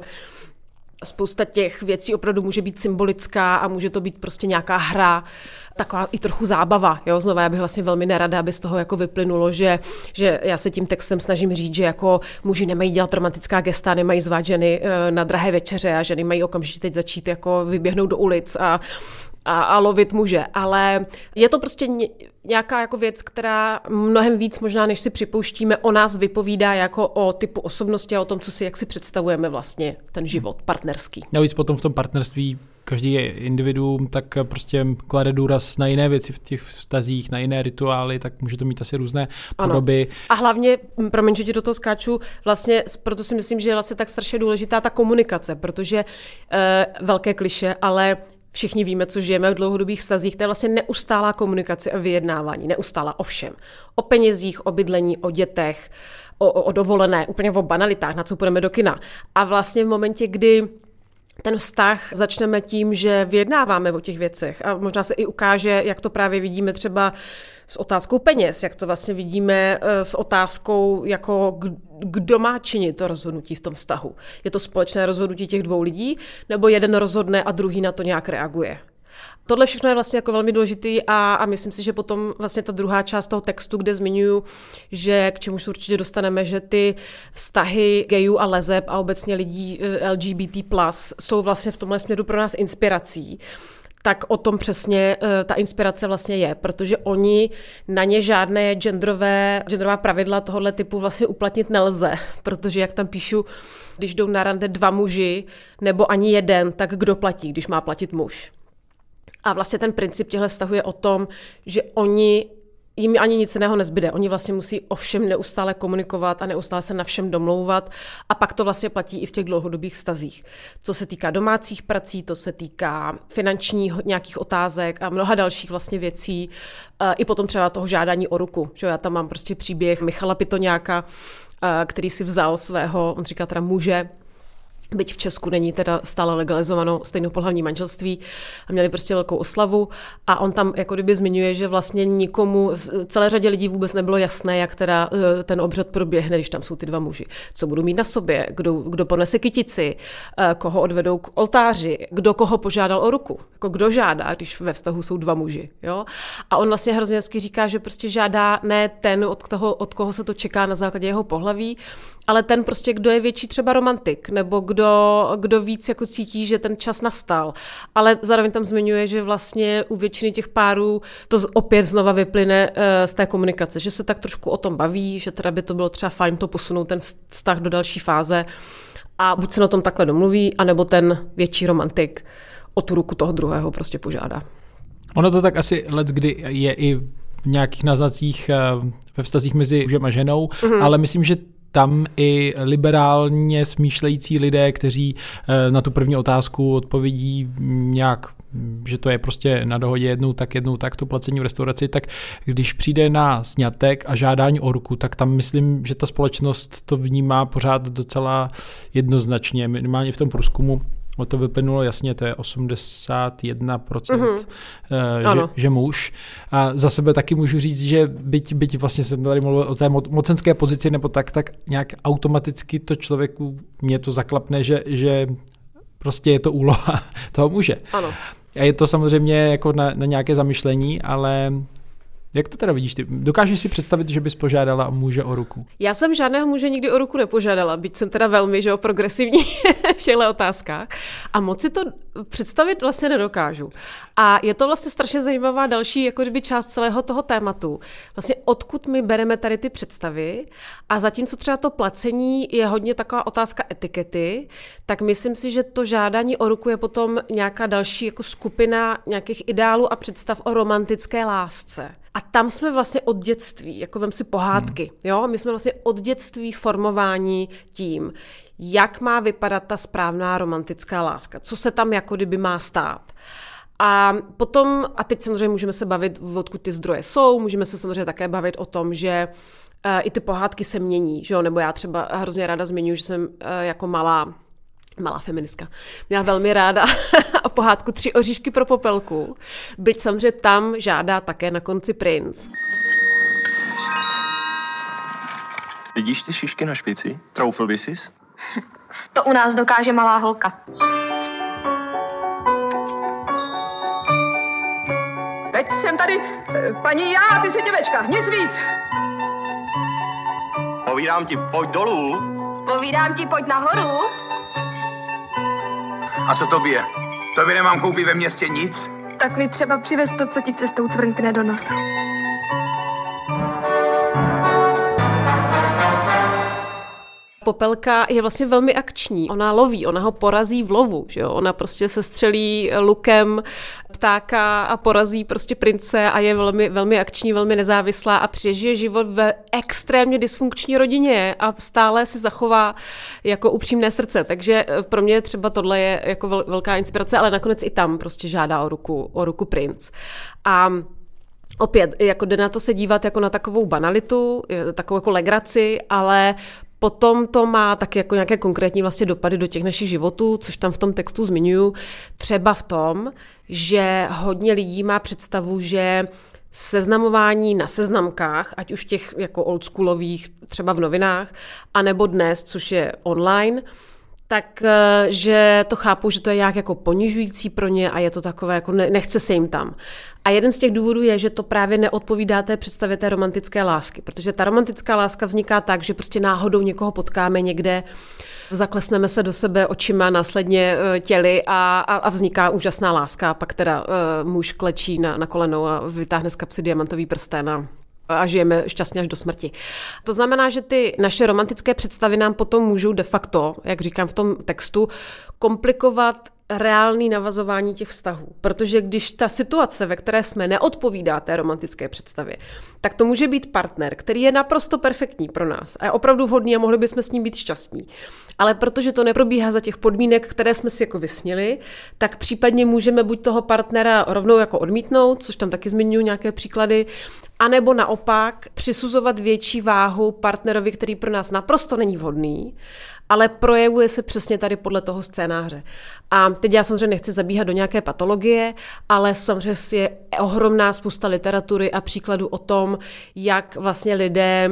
spousta těch věcí opravdu může být symbolická a může to být prostě nějaká hra, taková i trochu zábava. Jo? Znova já bych vlastně velmi nerada, aby z toho jako vyplynulo, že, že já se tím textem snažím říct, že jako muži nemají dělat romantická gesta, nemají zvát ženy na drahé večeře a ženy mají okamžitě teď začít jako vyběhnout do ulic a A, a lovit muže, ale je to prostě nějaká jako věc, která mnohem víc možná, než si připouštíme, o nás vypovídá jako o typu osobnosti a o tom, co si, jak si představujeme vlastně ten život partnerský. Navíc potom v tom partnerství každý je individuum, tak prostě klade důraz na jiné věci v těch vztazích, na jiné rituály, tak může to mít asi různé podoby. Ano. A hlavně, promiň, že ti do toho skáču, vlastně proto si myslím, že je vlastně tak strašně důležitá ta komunikace, protože e, velké kliše, ale všichni víme, co žijeme v dlouhodobých vztazích, to je vlastně neustálá komunikace a vyjednávání, neustálá o všem. O penězích, o bydlení, o dětech, o, o, o dovolené, úplně o banalitách, na co půjdeme do kina. A vlastně v momentě, kdy ten vztah začneme tím, že vyjednáváme o těch věcech a možná se i ukáže, jak to právě vidíme třeba s otázkou peněz, jak to vlastně vidíme s otázkou, jako kdo má činit to rozhodnutí v tom vztahu. Je to společné rozhodnutí těch dvou lidí, nebo jeden rozhodne a druhý na to nějak reaguje. Tohle všechno je vlastně jako velmi důležitý a, a myslím si, že potom vlastně ta druhá část toho textu, kde zmiňuju, že k čemu se určitě dostaneme, že ty vztahy gayů a leseb a obecně lidí L G B T plus, jsou vlastně v tomhle směru pro nás inspirací. Tak o tom přesně uh, ta inspirace vlastně je, protože oni na ně žádné genderové, genderová pravidla tohohle typu vlastně uplatnit nelze, protože jak tam píšu, když jdou na rande dva muži nebo ani jeden, tak kdo platí, když má platit muž. A vlastně ten princip těchto vztahů je o tom, že oni, jim ani nic jiného nezbyde. Oni vlastně musí o všem neustále komunikovat a neustále se na všem domlouvat a pak to vlastně platí i v těch dlouhodobých vztazích. Co se týká domácích prací, to se týká finančních nějakých otázek a mnoha dalších vlastně věcí. I potom třeba toho žádání o ruku. Že já tam mám prostě příběh Michala Pitoňáka, který si vzal svého, on říká teda muže, byť v Česku není teda stále legalizovanou stejnopohlavní manželství a měli prostě velkou oslavu a on tam jako kdyby zmiňuje, že vlastně nikomu, celé řadě lidí vůbec nebylo jasné, jak teda ten obřad proběhne, když tam jsou ty dva muži. Co budou mít na sobě, kdo, kdo ponese kytici, koho odvedou k oltáři, kdo koho požádal o ruku, jako kdo žádá, když ve vztahu jsou dva muži. Jo? A on vlastně hrozně hezky říká, že prostě žádá ne ten, od, toho, od koho se to čeká na základě jeho pohlaví, ale ten prostě, kdo je větší třeba romantik, nebo kdo, kdo víc jako cítí, že ten čas nastal. Ale zároveň tam zmiňuje, že vlastně u většiny těch párů to opět znova vyplyne uh, z té komunikace, že se tak trošku o tom baví, že teda by to bylo třeba fajn to posunout ten vztah do další fáze a buď se na tom takhle domluví, anebo ten větší romantik o tu ruku toho druhého prostě požádá. Ono to tak asi leckdy je i v nějakých náznacích ve vztazích mezi mužem a ženou, mm-hmm. ale myslím, že tam i liberálně smýšlející lidé, kteří na tu první otázku odpovědí nějak, že to je prostě na dohodě jednou tak, jednou tak, to placení v restauraci, tak když přijde na sňatek a žádání o ruku, tak tam myslím, že ta společnost to vnímá pořád docela jednoznačně, minimálně v tom průzkumu. O to vyplynulo jasně, to je osmdesát jedna procent, mm-hmm. že, že muž. A za sebe taky můžu říct, že byť, byť vlastně jsem tady mluvil o té mocenské pozici nebo tak, tak nějak automaticky to člověku, mě to zaklapne, že, že prostě je to úloha toho muže. Ano. A je to samozřejmě jako na, na nějaké zamyšlení, ale jak to teda vidíš ty? Dokážeš si představit, že bys požádala muže o ruku? Já jsem žádného muže nikdy o ruku nepožádala, byť jsem teda velmi, že jo, progresivní v těchto otázkách. A moc si to představit vlastně nedokážu. A je to vlastně strašně zajímavá další jako kdyby část celého toho tématu. Vlastně odkud my bereme tady ty představy a zatímco třeba to placení je hodně taková otázka etikety, tak myslím si, že to žádání o ruku je potom nějaká další jako skupina nějakých ideálů a představ o romantické lásce. A tam jsme vlastně od dětství, jako vem si pohádky, hmm. jo? My jsme vlastně od dětství formování tím, jak má vypadat ta správná romantická láska, co se tam jako kdyby má stát. A potom, a teď samozřejmě můžeme se bavit, odkud ty zdroje jsou, můžeme se samozřejmě také bavit o tom, že uh, i ty pohádky se mění, že jo? Nebo já třeba hrozně ráda zmiňuji, že jsem uh, jako malá Malá feministka. Měla velmi ráda pohádku Tři oříšky pro Popelku. Byť samozřejmě tam žádá také na konci princ. Vidíš ty šišky na špici? Troufl by sis? To u nás dokáže malá holka. Teď jsem tady, paní já, ty si děvečka, nic víc. Povídám ti, pojď dolů. Povídám ti, pojď nahoru. A co tobě? Tobě nemám koupit ve městě nic? Tak mi třeba přivez to, co ti cestou cvrnkne do nosu. Popelka je vlastně velmi akční. Ona loví, ona ho porazí v lovu, že jo? Ona prostě se střelí lukem ptáka a porazí prostě prince a je velmi, velmi akční, velmi nezávislá a přežije život ve extrémně dysfunkční rodině a stále si zachová jako upřímné srdce. Takže pro mě třeba tohle je jako velká inspirace, ale nakonec i tam prostě žádá o ruku, o ruku princ. A opět, jako jde na to se dívat jako na takovou banalitu, takovou jako legraci, ale potom to má taky jako nějaké konkrétní vlastně dopady do těch našich životů, což tam v tom textu zmiňuju, třeba v tom, že hodně lidí má představu, že seznamování na seznamkách, ať už těch jako oldschoolových třeba v novinách, anebo dnes, což je online, tak že to chápou, že to je nějak jako ponižující pro ně a je to takové, jako nechce se jim tam. A jeden z těch důvodů je, že to právě neodpovídá té představě té romantické lásky, protože ta romantická láska vzniká tak, že prostě náhodou někoho potkáme někde, zaklesneme se do sebe očima, následně těly a, a, a vzniká úžasná láska a pak teda uh, muž klečí na, na kolenou a vytáhne z kapsy diamantový prsten a a žijeme šťastně až do smrti. To znamená, že ty naše romantické představy nám potom můžou de facto, jak říkám v tom textu, komplikovat reálný navazování těch vztahů. Protože když ta situace, ve které jsme, neodpovídá té romantické představě, tak to může být partner, který je naprosto perfektní pro nás a je opravdu vhodný a mohli bychom s ním být šťastní. Ale protože to neprobíhá za těch podmínek, které jsme si jako vysnili, tak případně můžeme buď toho partnera rovnou jako odmítnout, což tam taky zmiňuji nějaké příklady, anebo naopak přisuzovat větší váhu partnerovi, který pro nás naprosto není vhodný, ale projevuje se přesně tady podle toho scénáře. A teď já samozřejmě nechci zabíhat do nějaké patologie, ale samozřejmě je ohromná spousta literatury a příkladů o tom, jak vlastně lidé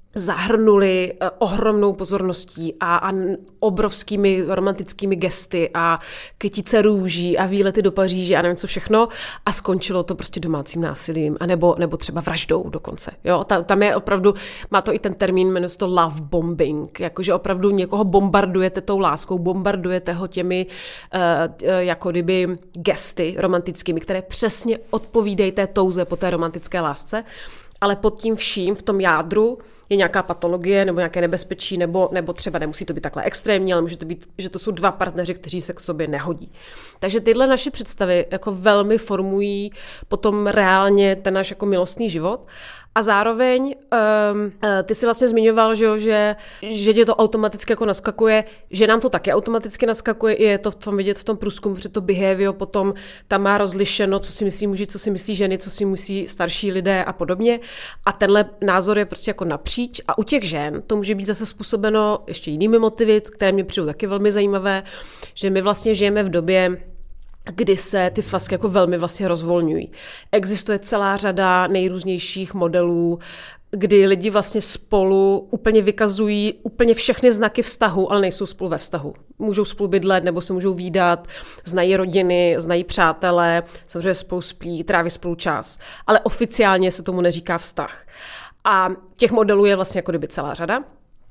zahrnuli ohromnou pozorností a, a obrovskými romantickými gesty a kytice růží a výlety do Paříže a nevím co všechno a skončilo to prostě domácím násilím a nebo, nebo třeba vraždou dokonce. Jo? Ta, tam je opravdu, má to i ten termín, jmenuje se to love bombing, jakože opravdu někoho bombardujete tou láskou, bombardujete ho těmi uh, jako kdyby gesty romantickými, které přesně odpovídají té touze po té romantické lásce, ale pod tím vším v tom jádru je nějaká patologie nebo nějaké nebezpečí, nebo, nebo třeba nemusí to být takhle extrémní, ale může to být, že to jsou dva partneři, kteří se k sobě nehodí. Takže tyhle naše představy jako velmi formují potom reálně ten náš jako milostný život. A zároveň um, ty si vlastně zmiňoval, že, jo, že, že tě to automaticky jako naskakuje, že nám to taky automaticky naskakuje, je to v tom vidět v tom průzkumu, že to behavior potom tam má rozlišeno, co si myslí muži, co si myslí ženy, co si myslí starší lidé a podobně. A tenhle názor je prostě jako napříč. A u těch žen to může být zase způsobeno ještě jinými motivy, které mě přijdou taky velmi zajímavé, že my vlastně žijeme v době, kdy se ty svazky jako velmi vlastně rozvolňují. Existuje celá řada nejrůznějších modelů, kdy lidi vlastně spolu úplně vykazují úplně všechny znaky vztahu, ale nejsou spolu ve vztahu. Můžou spolu bydlet nebo se můžou vídat, znají rodiny, znají přátelé, samozřejmě spolu spí, tráví spolu čas. Ale oficiálně se tomu neříká vztah. A těch modelů je vlastně jako kdyby celá řada.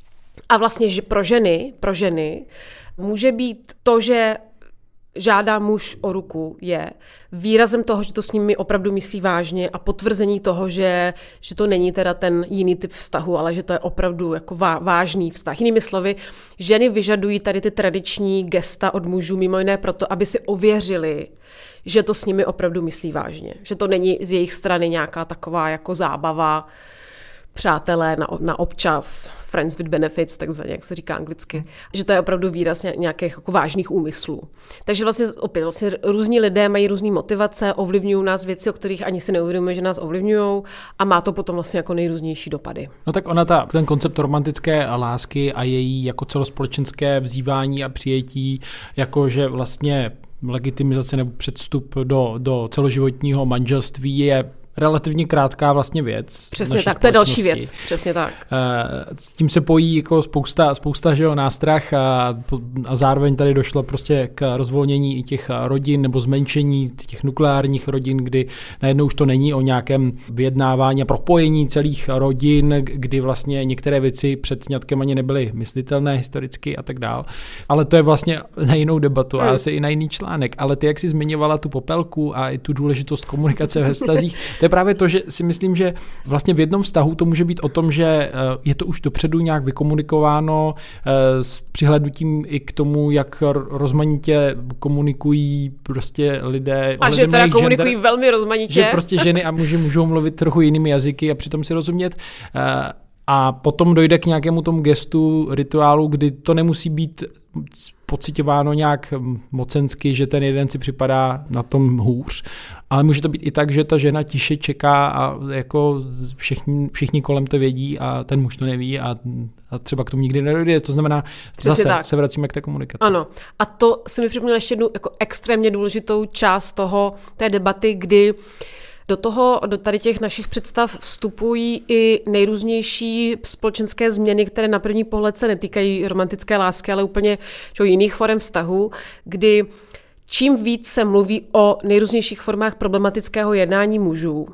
A vlastně že pro ženy, pro ženy může být to, že žádá muž o ruku, je výrazem toho, že to s nimi opravdu myslí vážně a potvrzení toho, že, že to není teda ten jiný typ vztahu, ale že to je opravdu jako vážný vztah. Jinými slovy, ženy vyžadují tady ty tradiční gesta od mužů, mimo jiné proto, aby si ověřili, že to s nimi opravdu myslí vážně. Že to není z jejich strany nějaká taková jako zábava, přátelé na, na občas, friends with benefits, takzvaně, jak se říká anglicky, že to je opravdu výraz nějakých jako vážných úmyslů. Takže vlastně opět vlastně různí lidé mají různé motivace, ovlivňují nás věci, o kterých ani si neuvědomujeme, že nás ovlivňují a má to potom vlastně jako nejrůznější dopady. No tak ona ta, ten koncept romantické lásky a její jako celospolečenské vzývání a přijetí, jakože vlastně legitimizace nebo předstup do, do celoživotního manželství je relativně krátká vlastně věc. Přesně tak, to je další věc. Přesně tak. S tím se pojí jako spousta, spousta že jo, nástrah a, a zároveň tady došlo prostě k rozvolnění i těch rodin nebo zmenšení těch nukleárních rodin, kdy najednou už to není o nějakém vyjednávání a propojení celých rodin, kdy vlastně některé věci před sňatkem ani nebyly myslitelné historicky a tak dál. Ale to je vlastně na jinou debatu a asi i na jiný článek. Ale ty, jak jsi zmiňovala tu popelku a i tu důležitost komunikace ve vztazích, to je právě to, že si myslím, že vlastně v jednom vztahu to může být o tom, že je to už dopředu nějak vykomunikováno s přihlédnutím i k tomu, jak rozmanitě komunikují prostě lidé. A že teda komunikují gender, velmi rozmanitě. Že prostě ženy a muži můžou mluvit trochu jinými jazyky a přitom si rozumět. A potom dojde k nějakému tomu gestu, rituálu, kdy to nemusí být pocitováno nějak mocensky, že ten jeden si připadá na tom hůř. Ale může to být i tak, že ta žena tiše čeká a jako všichni, všichni kolem to vědí a ten muž to neví a, a třeba k tomu nikdy nedojde. To znamená, přesně zase tak. Se vracíme k té komunikaci. Ano. A to si mi připomněla ještě jednu jako extrémně důležitou část toho, té debaty, kdy do toho, do tady těch našich představ vstupují i nejrůznější společenské změny, které na první pohled se netýkají romantické lásky, ale úplně čo, jiných forem vztahu, kdy čím víc se mluví o nejrůznějších formách problematického jednání mužů,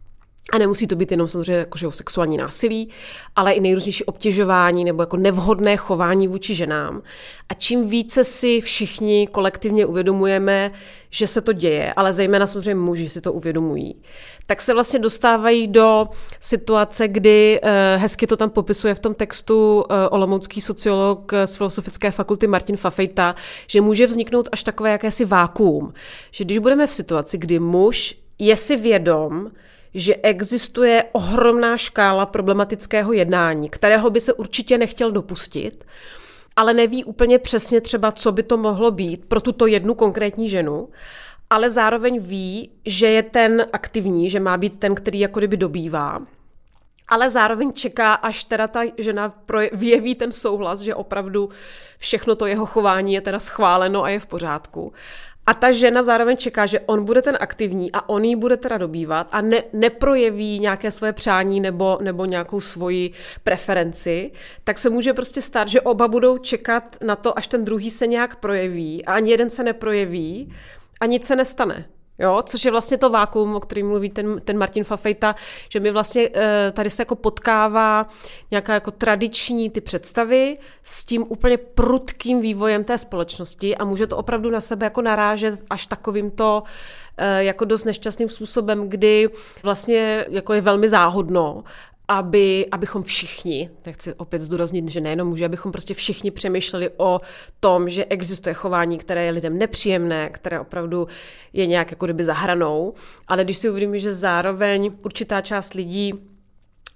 a nemusí to být jenom samozřejmě jako, že o sexuální násilí, ale i nejrůznější obtěžování nebo jako nevhodné chování vůči ženám. A čím více si všichni kolektivně uvědomujeme, že se to děje, ale zejména samozřejmě muži si to uvědomují, tak se vlastně dostávají do situace, kdy eh, hezky to tam popisuje v tom textu eh, olomoucký sociolog z Filozofické fakulty Martin Fafejta, že může vzniknout až takové jakési vákuum. Že když budeme v situaci, kdy muž je si vědom, že existuje ohromná škála problematického jednání, kterého by se určitě nechtěl dopustit, ale neví úplně přesně třeba, co by to mohlo být pro tuto jednu konkrétní ženu, ale zároveň ví, že je ten aktivní, že má být ten, který jako kdyby dobývá, ale zároveň čeká, až teda ta žena vyjeví ten souhlas, že opravdu všechno to jeho chování je teda schváleno a je v pořádku. A ta žena zároveň čeká, že on bude ten aktivní a on jí bude teda dobývat a ne, neprojeví nějaké svoje přání nebo, nebo nějakou svoji preferenci, tak se může prostě stát, že oba budou čekat na to, až ten druhý se nějak projeví a ani jeden se neprojeví a nic se nestane. Jo, což je vlastně to vákuum, o kterém mluví ten, ten Martin Fafejta, že mi vlastně tady se jako potkává nějaká jako tradiční ty představy s tím úplně prudkým vývojem té společnosti a může to opravdu na sebe jako narážet až takovýmto jako dost nešťastným způsobem, kdy vlastně jako je velmi záhodno, aby, abychom všichni, tak chci opět zdůraznit, že nejenom muži, abychom prostě všichni přemýšleli o tom, že existuje chování, které je lidem nepříjemné, které opravdu je nějak jako kdyby za hranou, ale když si uvědomíme, že zároveň určitá část lidí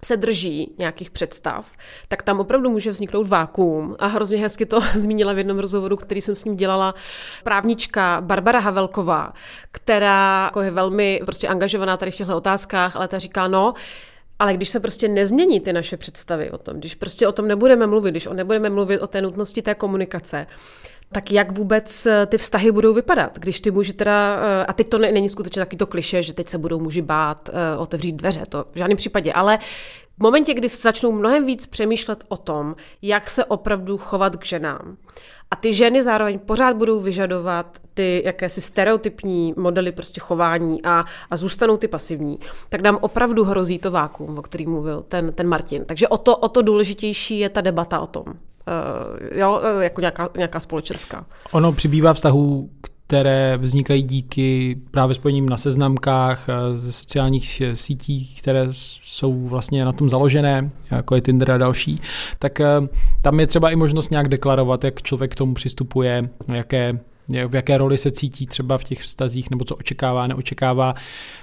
se drží nějakých představ, tak tam opravdu může vzniknout vákuum. A hrozně hezky to zmínila v jednom rozhovoru, který jsem s ním dělala právnička Barbara Havelková, která jako je velmi prostě angažovaná tady v těchto otázkách, ale ta říká, no, ale když se prostě nezmění ty naše představy o tom, když prostě o tom nebudeme mluvit, když nebudeme mluvit o té nutnosti té komunikace, tak jak vůbec ty vztahy budou vypadat, když ty muži teda, a teď to není skutečně taky to klišé, že teď se budou muži bát otevřít dveře, to v žádném případě, ale v momentě, kdy začnou mnohem víc přemýšlet o tom, jak se opravdu chovat k ženám, a ty ženy zároveň pořád budou vyžadovat ty jakési stereotypní modely prostě chování a, a zůstanou ty pasivní, tak nám opravdu hrozí to vákuum, o kterém mluvil ten, ten Martin. Takže o to, o to důležitější je ta debata o tom. Uh, jo, jako nějaká, nějaká společenská. Ono přibývá vztahů, které vznikají díky právě spojením na seznamkách ze sociálních sítí, které jsou vlastně na tom založené, jako je Tinder a další, tak tam je třeba i možnost nějak deklarovat, jak člověk k tomu přistupuje, jaké, v jaké roli se cítí třeba v těch vztazích, nebo co očekává, neočekává.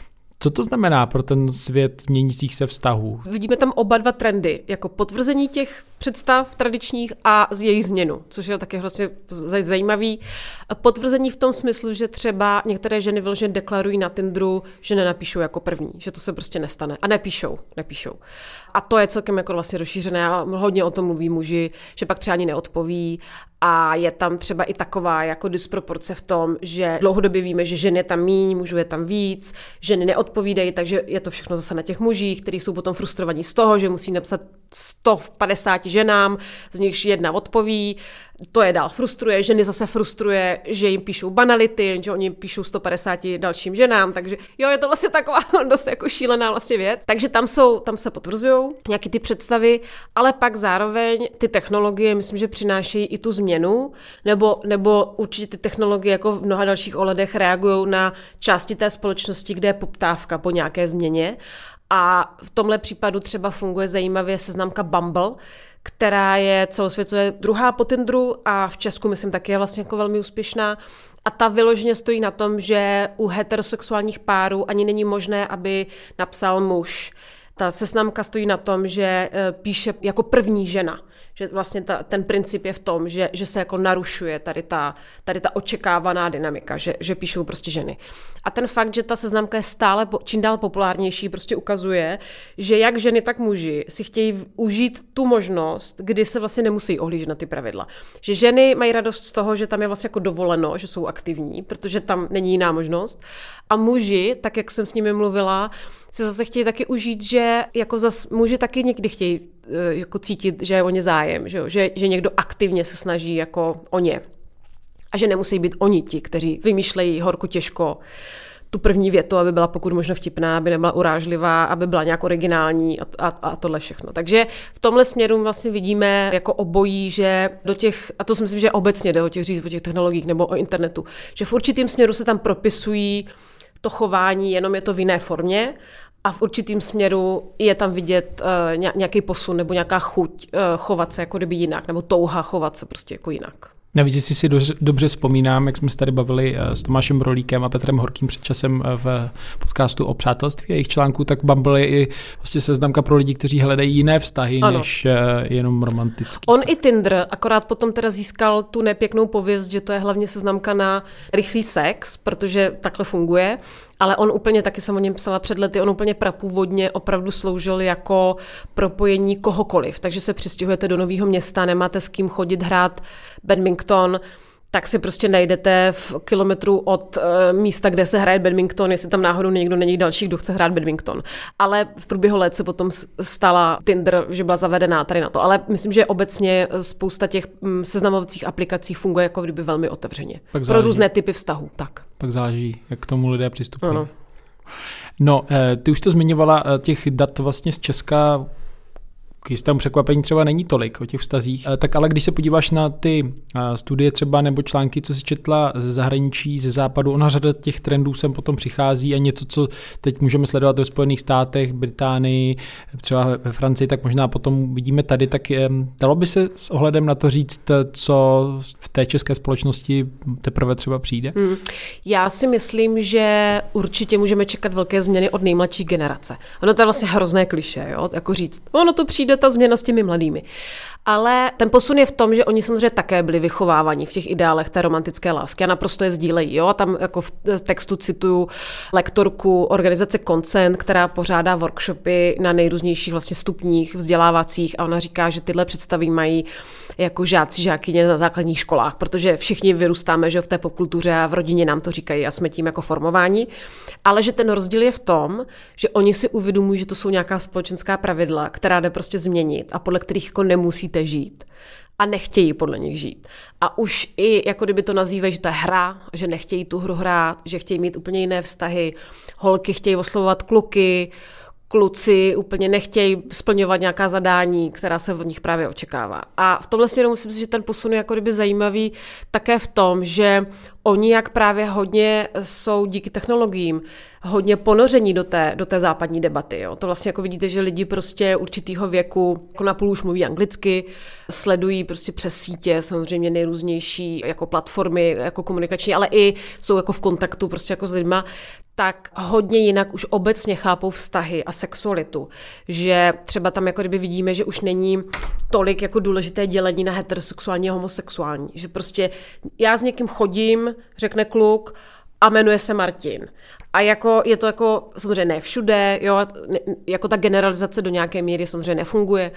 Co to znamená pro ten svět měnících se vztahů? Vidíme tam oba dva trendy, jako potvrzení těch představ tradičních a z jejich změnu, což je taky vlastně zajímavý. Potvrzení v tom smyslu, že třeba některé ženy vyloženě deklarují na Tinderu, že nenapíšou jako první, že to se prostě nestane. A nepíšou, nepíšou. A to je celkem jako vlastně rozšířené a hodně o tom mluví muži, že pak třeba ani neodpoví. A je tam třeba i taková jako disproporce v tom, že dlouhodobě víme, že ženy je tam míň, mužů je tam víc, ženy neodpovídají, takže je to všechno zase na těch mužích, kteří jsou potom frustrovaní z toho, že musí napsat sto padesáti ženám, z nichž jedna odpoví, to je dál frustruje, ženy zase frustruje, že jim píšou banality, že oni píšou sto padesáti dalším ženám, takže jo, je to vlastně taková dost jako šílená vlastně věc. Takže tam jsou, tam se potvrzujou nějaký ty představy, ale pak zároveň ty technologie, myslím, že přinášejí i tu změnu, nebo, nebo určitě ty technologie jako v mnoha dalších ohledech reagují na části té společnosti, kde je poptávka po nějaké změně. A v tomhle případu třeba funguje zajímavě seznamka Bumble, která je celosvětově druhá po Tinderu a v Česku, myslím, taky je vlastně jako velmi úspěšná. A ta vyloženě stojí na tom, že u heterosexuálních párů ani není možné, aby napsal muž. Ta seznamka stojí na tom, že píše jako první žena. Že vlastně ta, ten princip je v tom, že, že se jako narušuje tady ta, tady ta očekávaná dynamika, že, že píšou prostě ženy. A ten fakt, že ta seznamka je stále čím dál populárnější, prostě ukazuje, že jak ženy, tak muži si chtějí užít tu možnost, kdy se vlastně nemusí ohlížet na ty pravidla. Že ženy mají radost z toho, že tam je vlastně jako dovoleno, že jsou aktivní, protože tam není jiná možnost. A muži, tak jak jsem s nimi mluvila, si zase chtějí taky užít, že jako zas muži taky někdy chtějí jako cítit, že je o ně zájem, že, že, že někdo aktivně se snaží jako o ně. A že nemusí být oni ti, kteří vymýšlejí horko těžko tu první větu, aby byla pokud možno vtipná, aby nebyla urážlivá, aby byla nějak originální a, a, a tohle všechno. Takže v tomhle směru vlastně vidíme jako obojí, že do těch, a to si myslím, že obecně jde o těch říct o těch technologiích nebo o internetu, že v určitým směru se tam propisují to chování, jenom je to v jiné formě a v určitým směru je tam vidět uh, nějaký posun nebo nějaká chuť uh, chovat se jako kdyby jinak, nebo touha chovat se prostě jako jinak. Navíc, jestli si dobře, dobře vzpomínám, jak jsme se tady bavili s Tomášem Brolíkem a Petrem Horkým před časem v podcastu o přátelství a jejich článků, tak Bumble je i vlastně seznamka pro lidi, kteří hledají jiné vztahy, ano, než jenom romantický. On vztah. I Tinder, akorát potom teda získal tu nepěknou pověst, že to je hlavně seznamka na rychlý sex, protože takhle funguje, ale on úplně, taky jsem o něm psala před lety, on úplně prapůvodně opravdu sloužil jako propojení kohokoliv, takže se přistěhujete do nového města, nemáte s kým chodit hrát badminton, tak si prostě najdete v kilometru od uh, místa, kde se hraje badminton, jestli tam náhodou někdo není další, kdo chce hrát badminton. Ale v průběhu let se potom stala Tinder, že byla zavedená tady na to. Ale myslím, že obecně spousta těch um, seznamovacích aplikací funguje jako kdyby velmi otevřeně. Pro různé typy vztahů. Tak. Pak záleží, jak k tomu lidé přistupují. Ano. No, ty už to zmiňovala, těch dat vlastně z Česka k jistému překvapení třeba není tolik o těch vztazích. Tak ale když se podíváš na ty studie třeba nebo články, co si četla ze zahraničí, ze západu, ona řada těch trendů sem potom přichází a něco, co teď můžeme sledovat ve Spojených státech, Británii, třeba ve Francii, tak možná potom vidíme tady, tak dalo by se s ohledem na to říct, co v té české společnosti teprve třeba přijde? Hmm. Já si myslím, že určitě můžeme čekat velké změny od nejmladší generace. Ono to je vlastně hrozné klišé, jo? Jako říct, ono to přijde ta změna s těmi mladými. Ale ten posun je v tom, že oni samozřejmě také byli vychováváni v těch ideálech té romantické lásky a naprosto je sdílejí. Jo? Tam jako v textu cituju lektorku organizace Consent, která pořádá workshopy na nejrůznějších vlastně stupních vzdělávacích a ona říká, že tyhle představy mají jako žáci, žákyně na základních školách, protože všichni vyrůstáme, že v té popkultuře a v rodině nám to říkají a jsme tím jako formováni, ale že ten rozdíl je v tom, že oni si uvědomují, že to jsou nějaká společenská pravidla, která jde prostě změnit a podle kterých jako nemusíte žít a nechtějí podle nich žít. A už i jako kdyby to nazývají, že to je hra, že nechtějí tu hru hrát, že chtějí mít úplně jiné vztahy, holky chtějí oslovovat kluky, kluci úplně nechtějí splňovat nějaká zadání, která se od nich právě očekává. A v tomhle směru musím říct, že ten posun je jako kdyby zajímavý také v tom, že oni jak právě hodně jsou díky technologiím hodně ponoření do té, do té západní debaty. Jo. To vlastně jako vidíte, že lidi prostě určitýho věku jako napůl už mluví anglicky, sledují prostě přes sítě samozřejmě nejrůznější jako platformy jako komunikační, ale i jsou jako v kontaktu prostě jako s lidma, tak hodně jinak už obecně chápou vztahy a sexualitu. Že třeba tam jako kdyby vidíme, že už není tolik jako důležité dělení na heterosexuální a homosexuální. Že prostě já s někým chodím, řekne kluk, a jmenuje se Martin. A jako je to jako samozřejmě ne všude, jo, jako ta generalizace do nějaké míry samozřejmě nefunguje,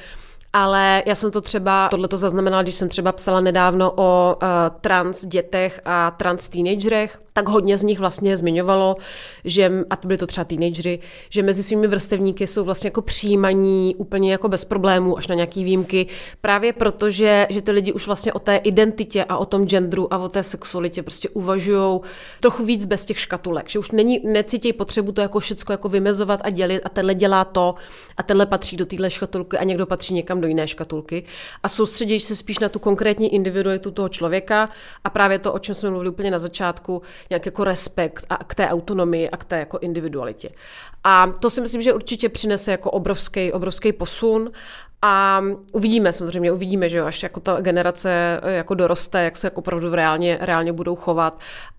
ale já jsem to třeba, tohleto zaznamenala, když jsem třeba psala nedávno o uh, trans dětech a trans teenagerech, tak hodně z nich vlastně zmiňovalo, že, a to byly to třeba teenagery, že mezi svými vrstevníky jsou vlastně jako přijímaní úplně jako bez problémů, až na nějaký výjimky, právě proto, že, že ty lidi už vlastně o té identitě a o tom genderu a o té sexualitě prostě uvažujou trochu víc bez těch škatulek, že už není, necítí potřebu to jako všecko jako vymezovat a dělit a tenhle dělá to a tenhle patří do téhle škatulky a někdo patří někam do jiné škatulky a soustředí se spíš na tu konkrétní individualitu toho člověka a právě to, o čem jsme mluvili úplně na začátku, nějak jako respekt a k té autonomii a k té jako individualitě. A to si myslím, že určitě přinese jako obrovský, obrovský posun a uvidíme samozřejmě, uvidíme, že jo, až jako ta generace jako doroste, jak se jako opravdu reálně, reálně budou chovat,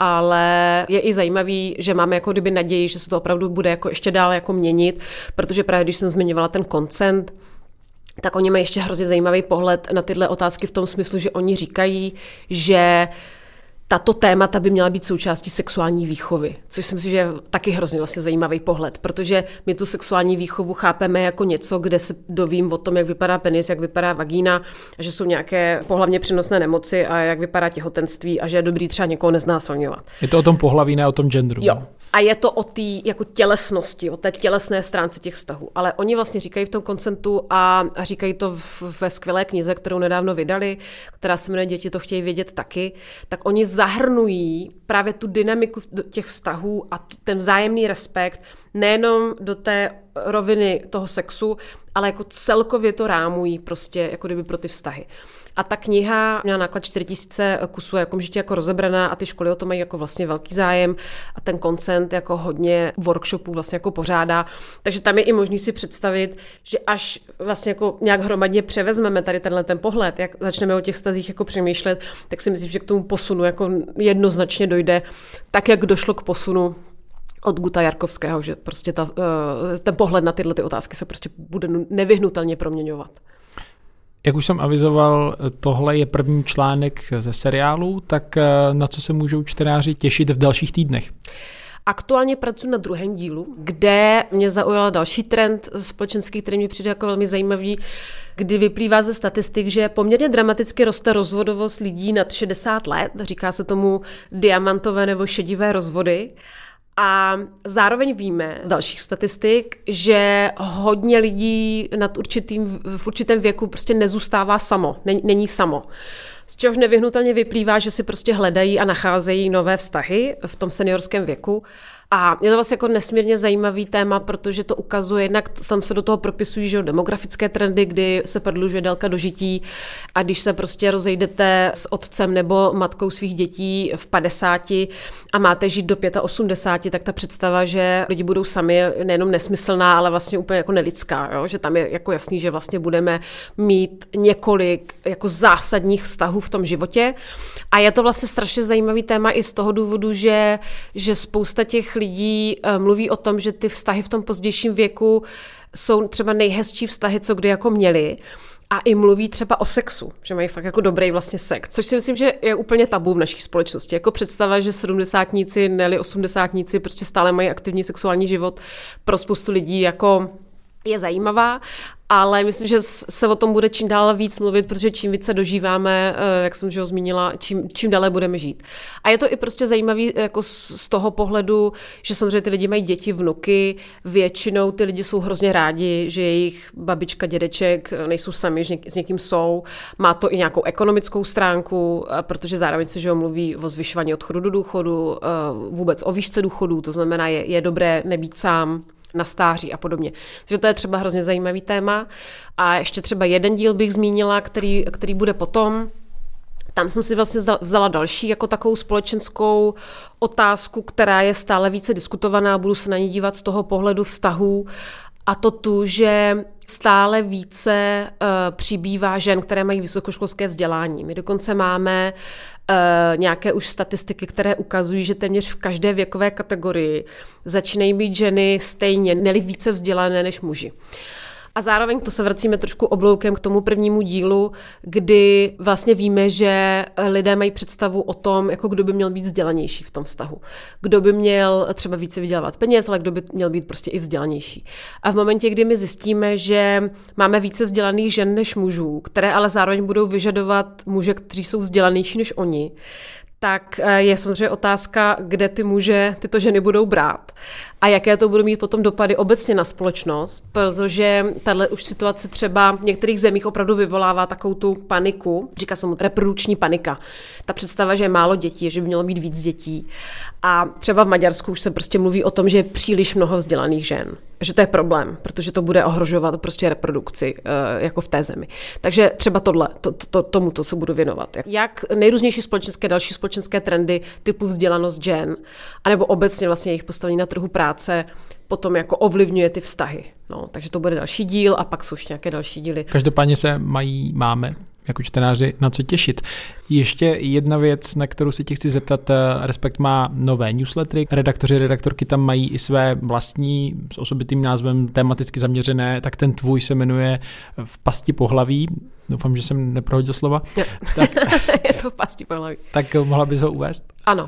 ale je i zajímavý, že máme jako kdyby naději, že se to opravdu bude jako ještě dál jako měnit, protože právě když jsem zmiňovala ten Consent, tak oni mají ještě hrozně zajímavý pohled na tyhle otázky v tom smyslu, že oni říkají, že tato témata by měla být součástí sexuální výchovy, což si myslím, že je taky hrozně vlastně zajímavý pohled, protože my tu sexuální výchovu chápeme jako něco, kde se dovím o tom, jak vypadá penis, jak vypadá vagína, a že jsou nějaké pohlavně přenosné nemoci a jak vypadá těhotenství a že je dobrý třeba někoho neznásilňovat. Je to o tom pohlaví, ne o tom genderu. Jo. A je to o té jako tělesnosti, o té tělesné stránce těch vztahů. Ale oni vlastně říkají v tom Consentu a říkají to v, ve skvělé knize, kterou nedávno vydali, která se jmenuje Děti to chtějí vědět taky, tak oni zahrnují právě tu dynamiku těch vztahů a ten vzájemný respekt nejenom do té roviny toho sexu, ale jako celkově to rámují prostě jako kdyby pro ty vztahy. A ta kniha měla náklad čtyři tisíce kusů, jako okamžitě jako rozebraná a ty školy o to mají jako vlastně velký zájem a ten Consent jako hodně workshopů vlastně jako pořádá. Takže tam je i možný si představit, že až vlastně jako nějak hromadně převezmeme tady tenhle ten pohled, jak začneme o těch vztazích jako přemýšlet, tak si myslím, že k tomu posunu jako jednoznačně dojde, tak jak došlo k posunu od Guta Jarkovského, že prostě ta, ten pohled na tyhle ty otázky se prostě bude nevyhnutelně proměňovat. Jak už jsem avizoval, tohle je první článek ze seriálu, tak na co se můžou čtenáři těšit v dalších týdnech? Aktuálně pracuji na druhém dílu, kde mě zaujal další trend společenský, který mě přijde jako velmi zajímavý, kdy vyplývá ze statistik, že poměrně dramaticky roste rozvodovost lidí nad šedesát let, říká se tomu diamantové nebo šedivé rozvody. A zároveň víme z dalších statistik, že hodně lidí nad určitým, v určitém věku prostě nezůstává samo, není, není samo. Z čehož nevyhnutelně vyplývá, že si prostě hledají a nacházejí nové vztahy v tom seniorském věku. A je to vlastně jako nesmírně zajímavý téma, protože to ukazuje, jednak tam se do toho propisují, že demografické trendy, kdy se prodlužuje délka dožití a když se prostě rozejdete s otcem nebo matkou svých dětí v padesáti a máte žít do osmdesáti pěti, tak ta představa, že lidi budou sami, je nejenom nesmyslná, ale vlastně úplně jako nelidská, jo? Že tam je jako jasný, že vlastně budeme mít několik jako zásadních vztahů v tom životě. A je to vlastně strašně zajímavý téma i z toho důvodu, že, že spousta těch lidí mluví o tom, že ty vztahy v tom pozdějším věku jsou třeba nejhezčí vztahy, co kdy jako měli. A i mluví třeba o sexu, že mají fakt jako dobrý vlastně sex, což si myslím, že je úplně tabu v naší společnosti. Jako představa, že sedmdesátníci, ne-li osmdesátníci prostě stále mají aktivní sexuální život, pro spoustu lidí jako je zajímavá, ale myslím, že se o tom bude čím dál víc mluvit, protože čím víc se dožíváme, jak jsem ho zmínila, čím, čím dále budeme žít. A je to i prostě zajímavý jako z toho pohledu, že samozřejmě ty lidi mají děti, vnuky, většinou ty lidi jsou hrozně rádi, že jejich babička, dědeček nejsou sami, že s někým jsou. Má to i nějakou ekonomickou stránku, protože zároveň se že ho mluví o zvyšování odchodu do důchodu, vůbec o výšce důchodu, to znamená, je, je dobré nebýt sám na stáří a podobně. Takže to je třeba hrozně zajímavý téma. A ještě třeba jeden díl bych zmínila, který, který bude potom. Tam jsem si vlastně vzala další jako takovou společenskou otázku, která je stále více diskutovaná, budu se na ní dívat z toho pohledu vztahů, a to tu, že stále více uh, přibývá žen, které mají vysokoškolské vzdělání. My dokonce máme uh, nějaké už statistiky, které ukazují, že téměř v každé věkové kategorii začínají být ženy stejně, ne-li více vzdělané než muži. A zároveň to se vracíme trošku obloukem k tomu prvnímu dílu, kdy vlastně víme, že lidé mají představu o tom, jako kdo by měl být vzdělanější v tom vztahu. Kdo by měl třeba více vydělávat peněz, ale kdo by měl být prostě i vzdělanější. A v momentě, kdy my zjistíme, že máme více vzdělaných žen než mužů, které ale zároveň budou vyžadovat muže, kteří jsou vzdělanější než oni, tak je samozřejmě otázka, kde ty muže tyto ženy budou brát a jaké to budou mít potom dopady obecně na společnost, protože tahle už situace třeba v některých zemích opravdu vyvolává takovou tu paniku, říká se mu reprodukční panika. Ta představa, že je málo dětí, že by mělo být víc dětí. A třeba v Maďarsku už se prostě mluví o tom, že je příliš mnoho vzdělaných žen. Že to je problém, protože to bude ohrožovat prostě reprodukci jako v té zemi. Takže třeba tohle, to, to, tomu to se budu věnovat. Jak nejrůznější společenské, další společenské trendy typu vzdělanost žen, anebo obecně vlastně jejich postavení na trhu práce potom jako ovlivňuje ty vztahy. No, takže to bude další díl a pak jsou ještě nějaké další díly. Každopádně se mají, máme jako čtenáři na co těšit. Ještě jedna věc, na kterou se tě chci zeptat, Respekt má nové newslettery, redaktoři, redaktorky tam mají i své vlastní s osobitým názvem tematicky zaměřené, tak ten tvůj se jmenuje V pasti pohlaví. Doufám, že jsem neprohodil slova. Tak, je to V pasti pohlaví. Tak mohla bys ho uvést? Ano.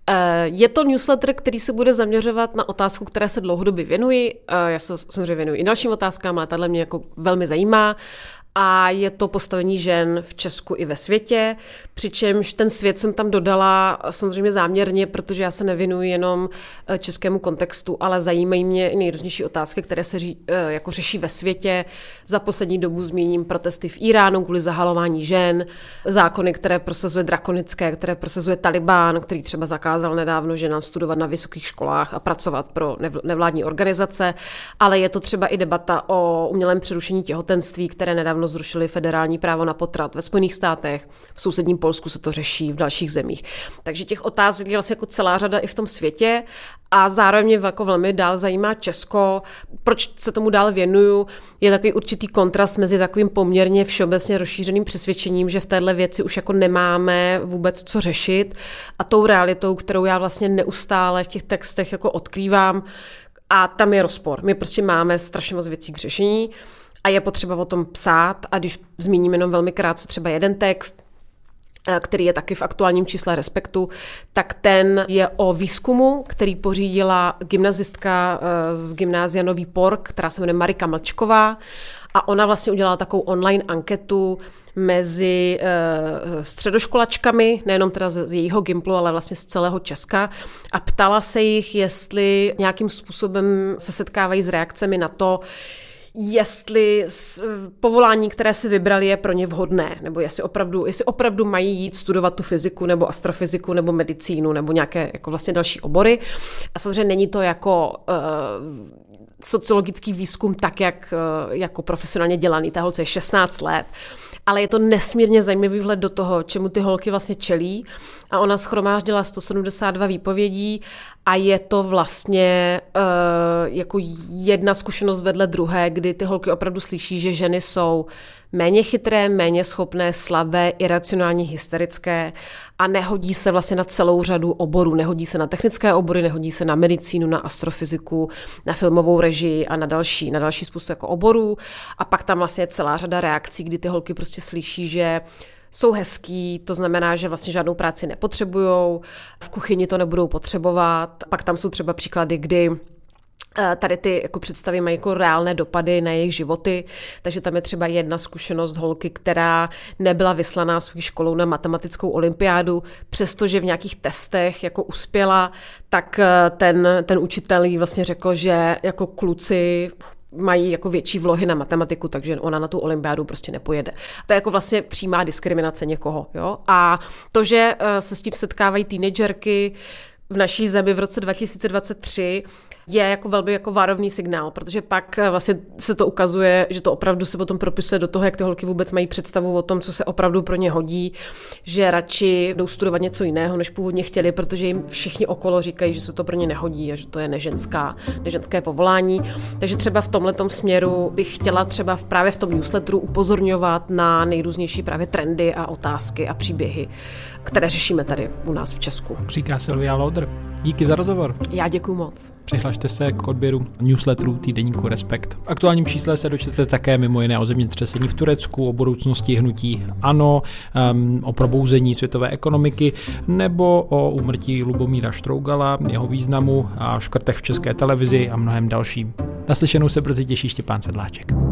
Je to newsletter, který se bude zaměřovat na otázku, které se dlouhodobě věnuji. Já se samozřejmě věnuji i dalším otázkám, ale tahle mě jako velmi zajímá. A je to postavení žen v Česku i ve světě, přičemž ten svět jsem tam dodala samozřejmě záměrně, protože já se nevěnuji jenom českému kontextu, ale zajímají mě i nejrůznější otázky, které se ří, jako řeší ve světě. Za poslední dobu zmíním protesty v Iránu kvůli zahalování žen, zákony, které prosazuje drakonické, které prosazuje Talibán, který třeba zakázal nedávno ženám studovat na vysokých školách a pracovat pro nevládní organizace, ale je to třeba i debata o umělém přerušení těhotenství, které nedávno zrušili federální právo na potrat ve Spojených státech, v sousedním Polsku se to řeší, v dalších zemích. Takže těch otázek je vlastně jako celá řada i v tom světě a zároveň mě jako velmi dál zajímá Česko. Proč se tomu dál věnuju? Je takový určitý kontrast mezi takovým poměrně všeobecně rozšířeným přesvědčením, že v téhle věci už jako nemáme vůbec co řešit a tou realitou, kterou já vlastně neustále v těch textech jako odkrývám a tam je rozpor. My prostě máme strašně moc věcí k řešení. A je potřeba o tom psát a když zmíním jenom velmi krátce třeba jeden text, který je taky v aktuálním čísle Respektu, tak ten je o výzkumu, který pořídila gymnazistka z gymnázia Nový Pork, která se jmenuje Marika Mlčková a ona vlastně udělala takovou online anketu mezi uh, středoškolačkami, nejenom teda z, z jejího gymplu, ale vlastně z celého Česka a ptala se jich, jestli nějakým způsobem se setkávají s reakcemi na to, jestli povolání, které si vybrali, je pro ně vhodné, nebo jestli opravdu, jestli opravdu mají jít studovat tu fyziku, nebo astrofyziku, nebo medicínu, nebo nějaké jako vlastně další obory. A samozřejmě není to jako uh, sociologický výzkum tak, jak uh, jako profesionálně dělaný. Ta holce je šestnáct let, ale je to nesmírně zajímavý vhled do toho, čemu ty holky vlastně čelí. A ona shromáždila sto sedmdesát dva výpovědí a je to vlastně uh, jako jedna zkušenost vedle druhé, kdy ty holky opravdu slyší, že ženy jsou méně chytré, méně schopné, slabé, iracionální, hysterické a nehodí se vlastně na celou řadu oborů. Nehodí se na technické obory, nehodí se na medicínu, na astrofyziku, na filmovou režii a na další, na další spoustu jako oborů. A pak tam vlastně je celá řada reakcí, kdy ty holky prostě slyší, že jsou hezký, to znamená, že vlastně žádnou práci nepotřebujou, v kuchyni to nebudou potřebovat. Pak tam jsou třeba příklady, kdy tady ty jako představy mají jako reálné dopady na jejich životy, takže tam je třeba jedna zkušenost holky, která nebyla vyslaná svou školou na matematickou olympiádu, přestože v nějakých testech jako uspěla, tak ten, ten učitel jí vlastně řekl, že jako kluci mají jako větší vlohy na matematiku, takže ona na tu olympiádu prostě nepojede. To je jako vlastně přímá diskriminace někoho. Jo? A to, že se s tím setkávají teenagerky v naší zemi v roce dva tisíce dvacet tři, je jako velmi jako varovný signál, protože pak vlastně se to ukazuje, že to opravdu se potom propisuje do toho, jak ty holky vůbec mají představu o tom, co se opravdu pro ně hodí, že radši jdou studovat něco jiného, než původně chtěli, protože jim všichni okolo říkají, že se to pro ně nehodí a že to je neženská, neženské povolání. Takže třeba v tomhletom směru bych chtěla třeba právě v tom newsletteru upozorňovat na nejrůznější právě trendy a otázky a příběhy, které řešíme tady u nás v Česku. Říká Silvia Lauder. Díky za rozhovor. Já děkuju moc. Přihlašte se k odběru newsletterů týdeníku Respekt. V aktuálním čísle se dočtete také mimo jiné o zemětřesení v Turecku, o budoucnosti hnutí ANO, um, o probouzení světové ekonomiky nebo o úmrtí Lubomíra Štrougala, jeho významu a škrtech v České televizi a mnohem dalším. Naslyšenou se brzy těší Štěpán Sedláček.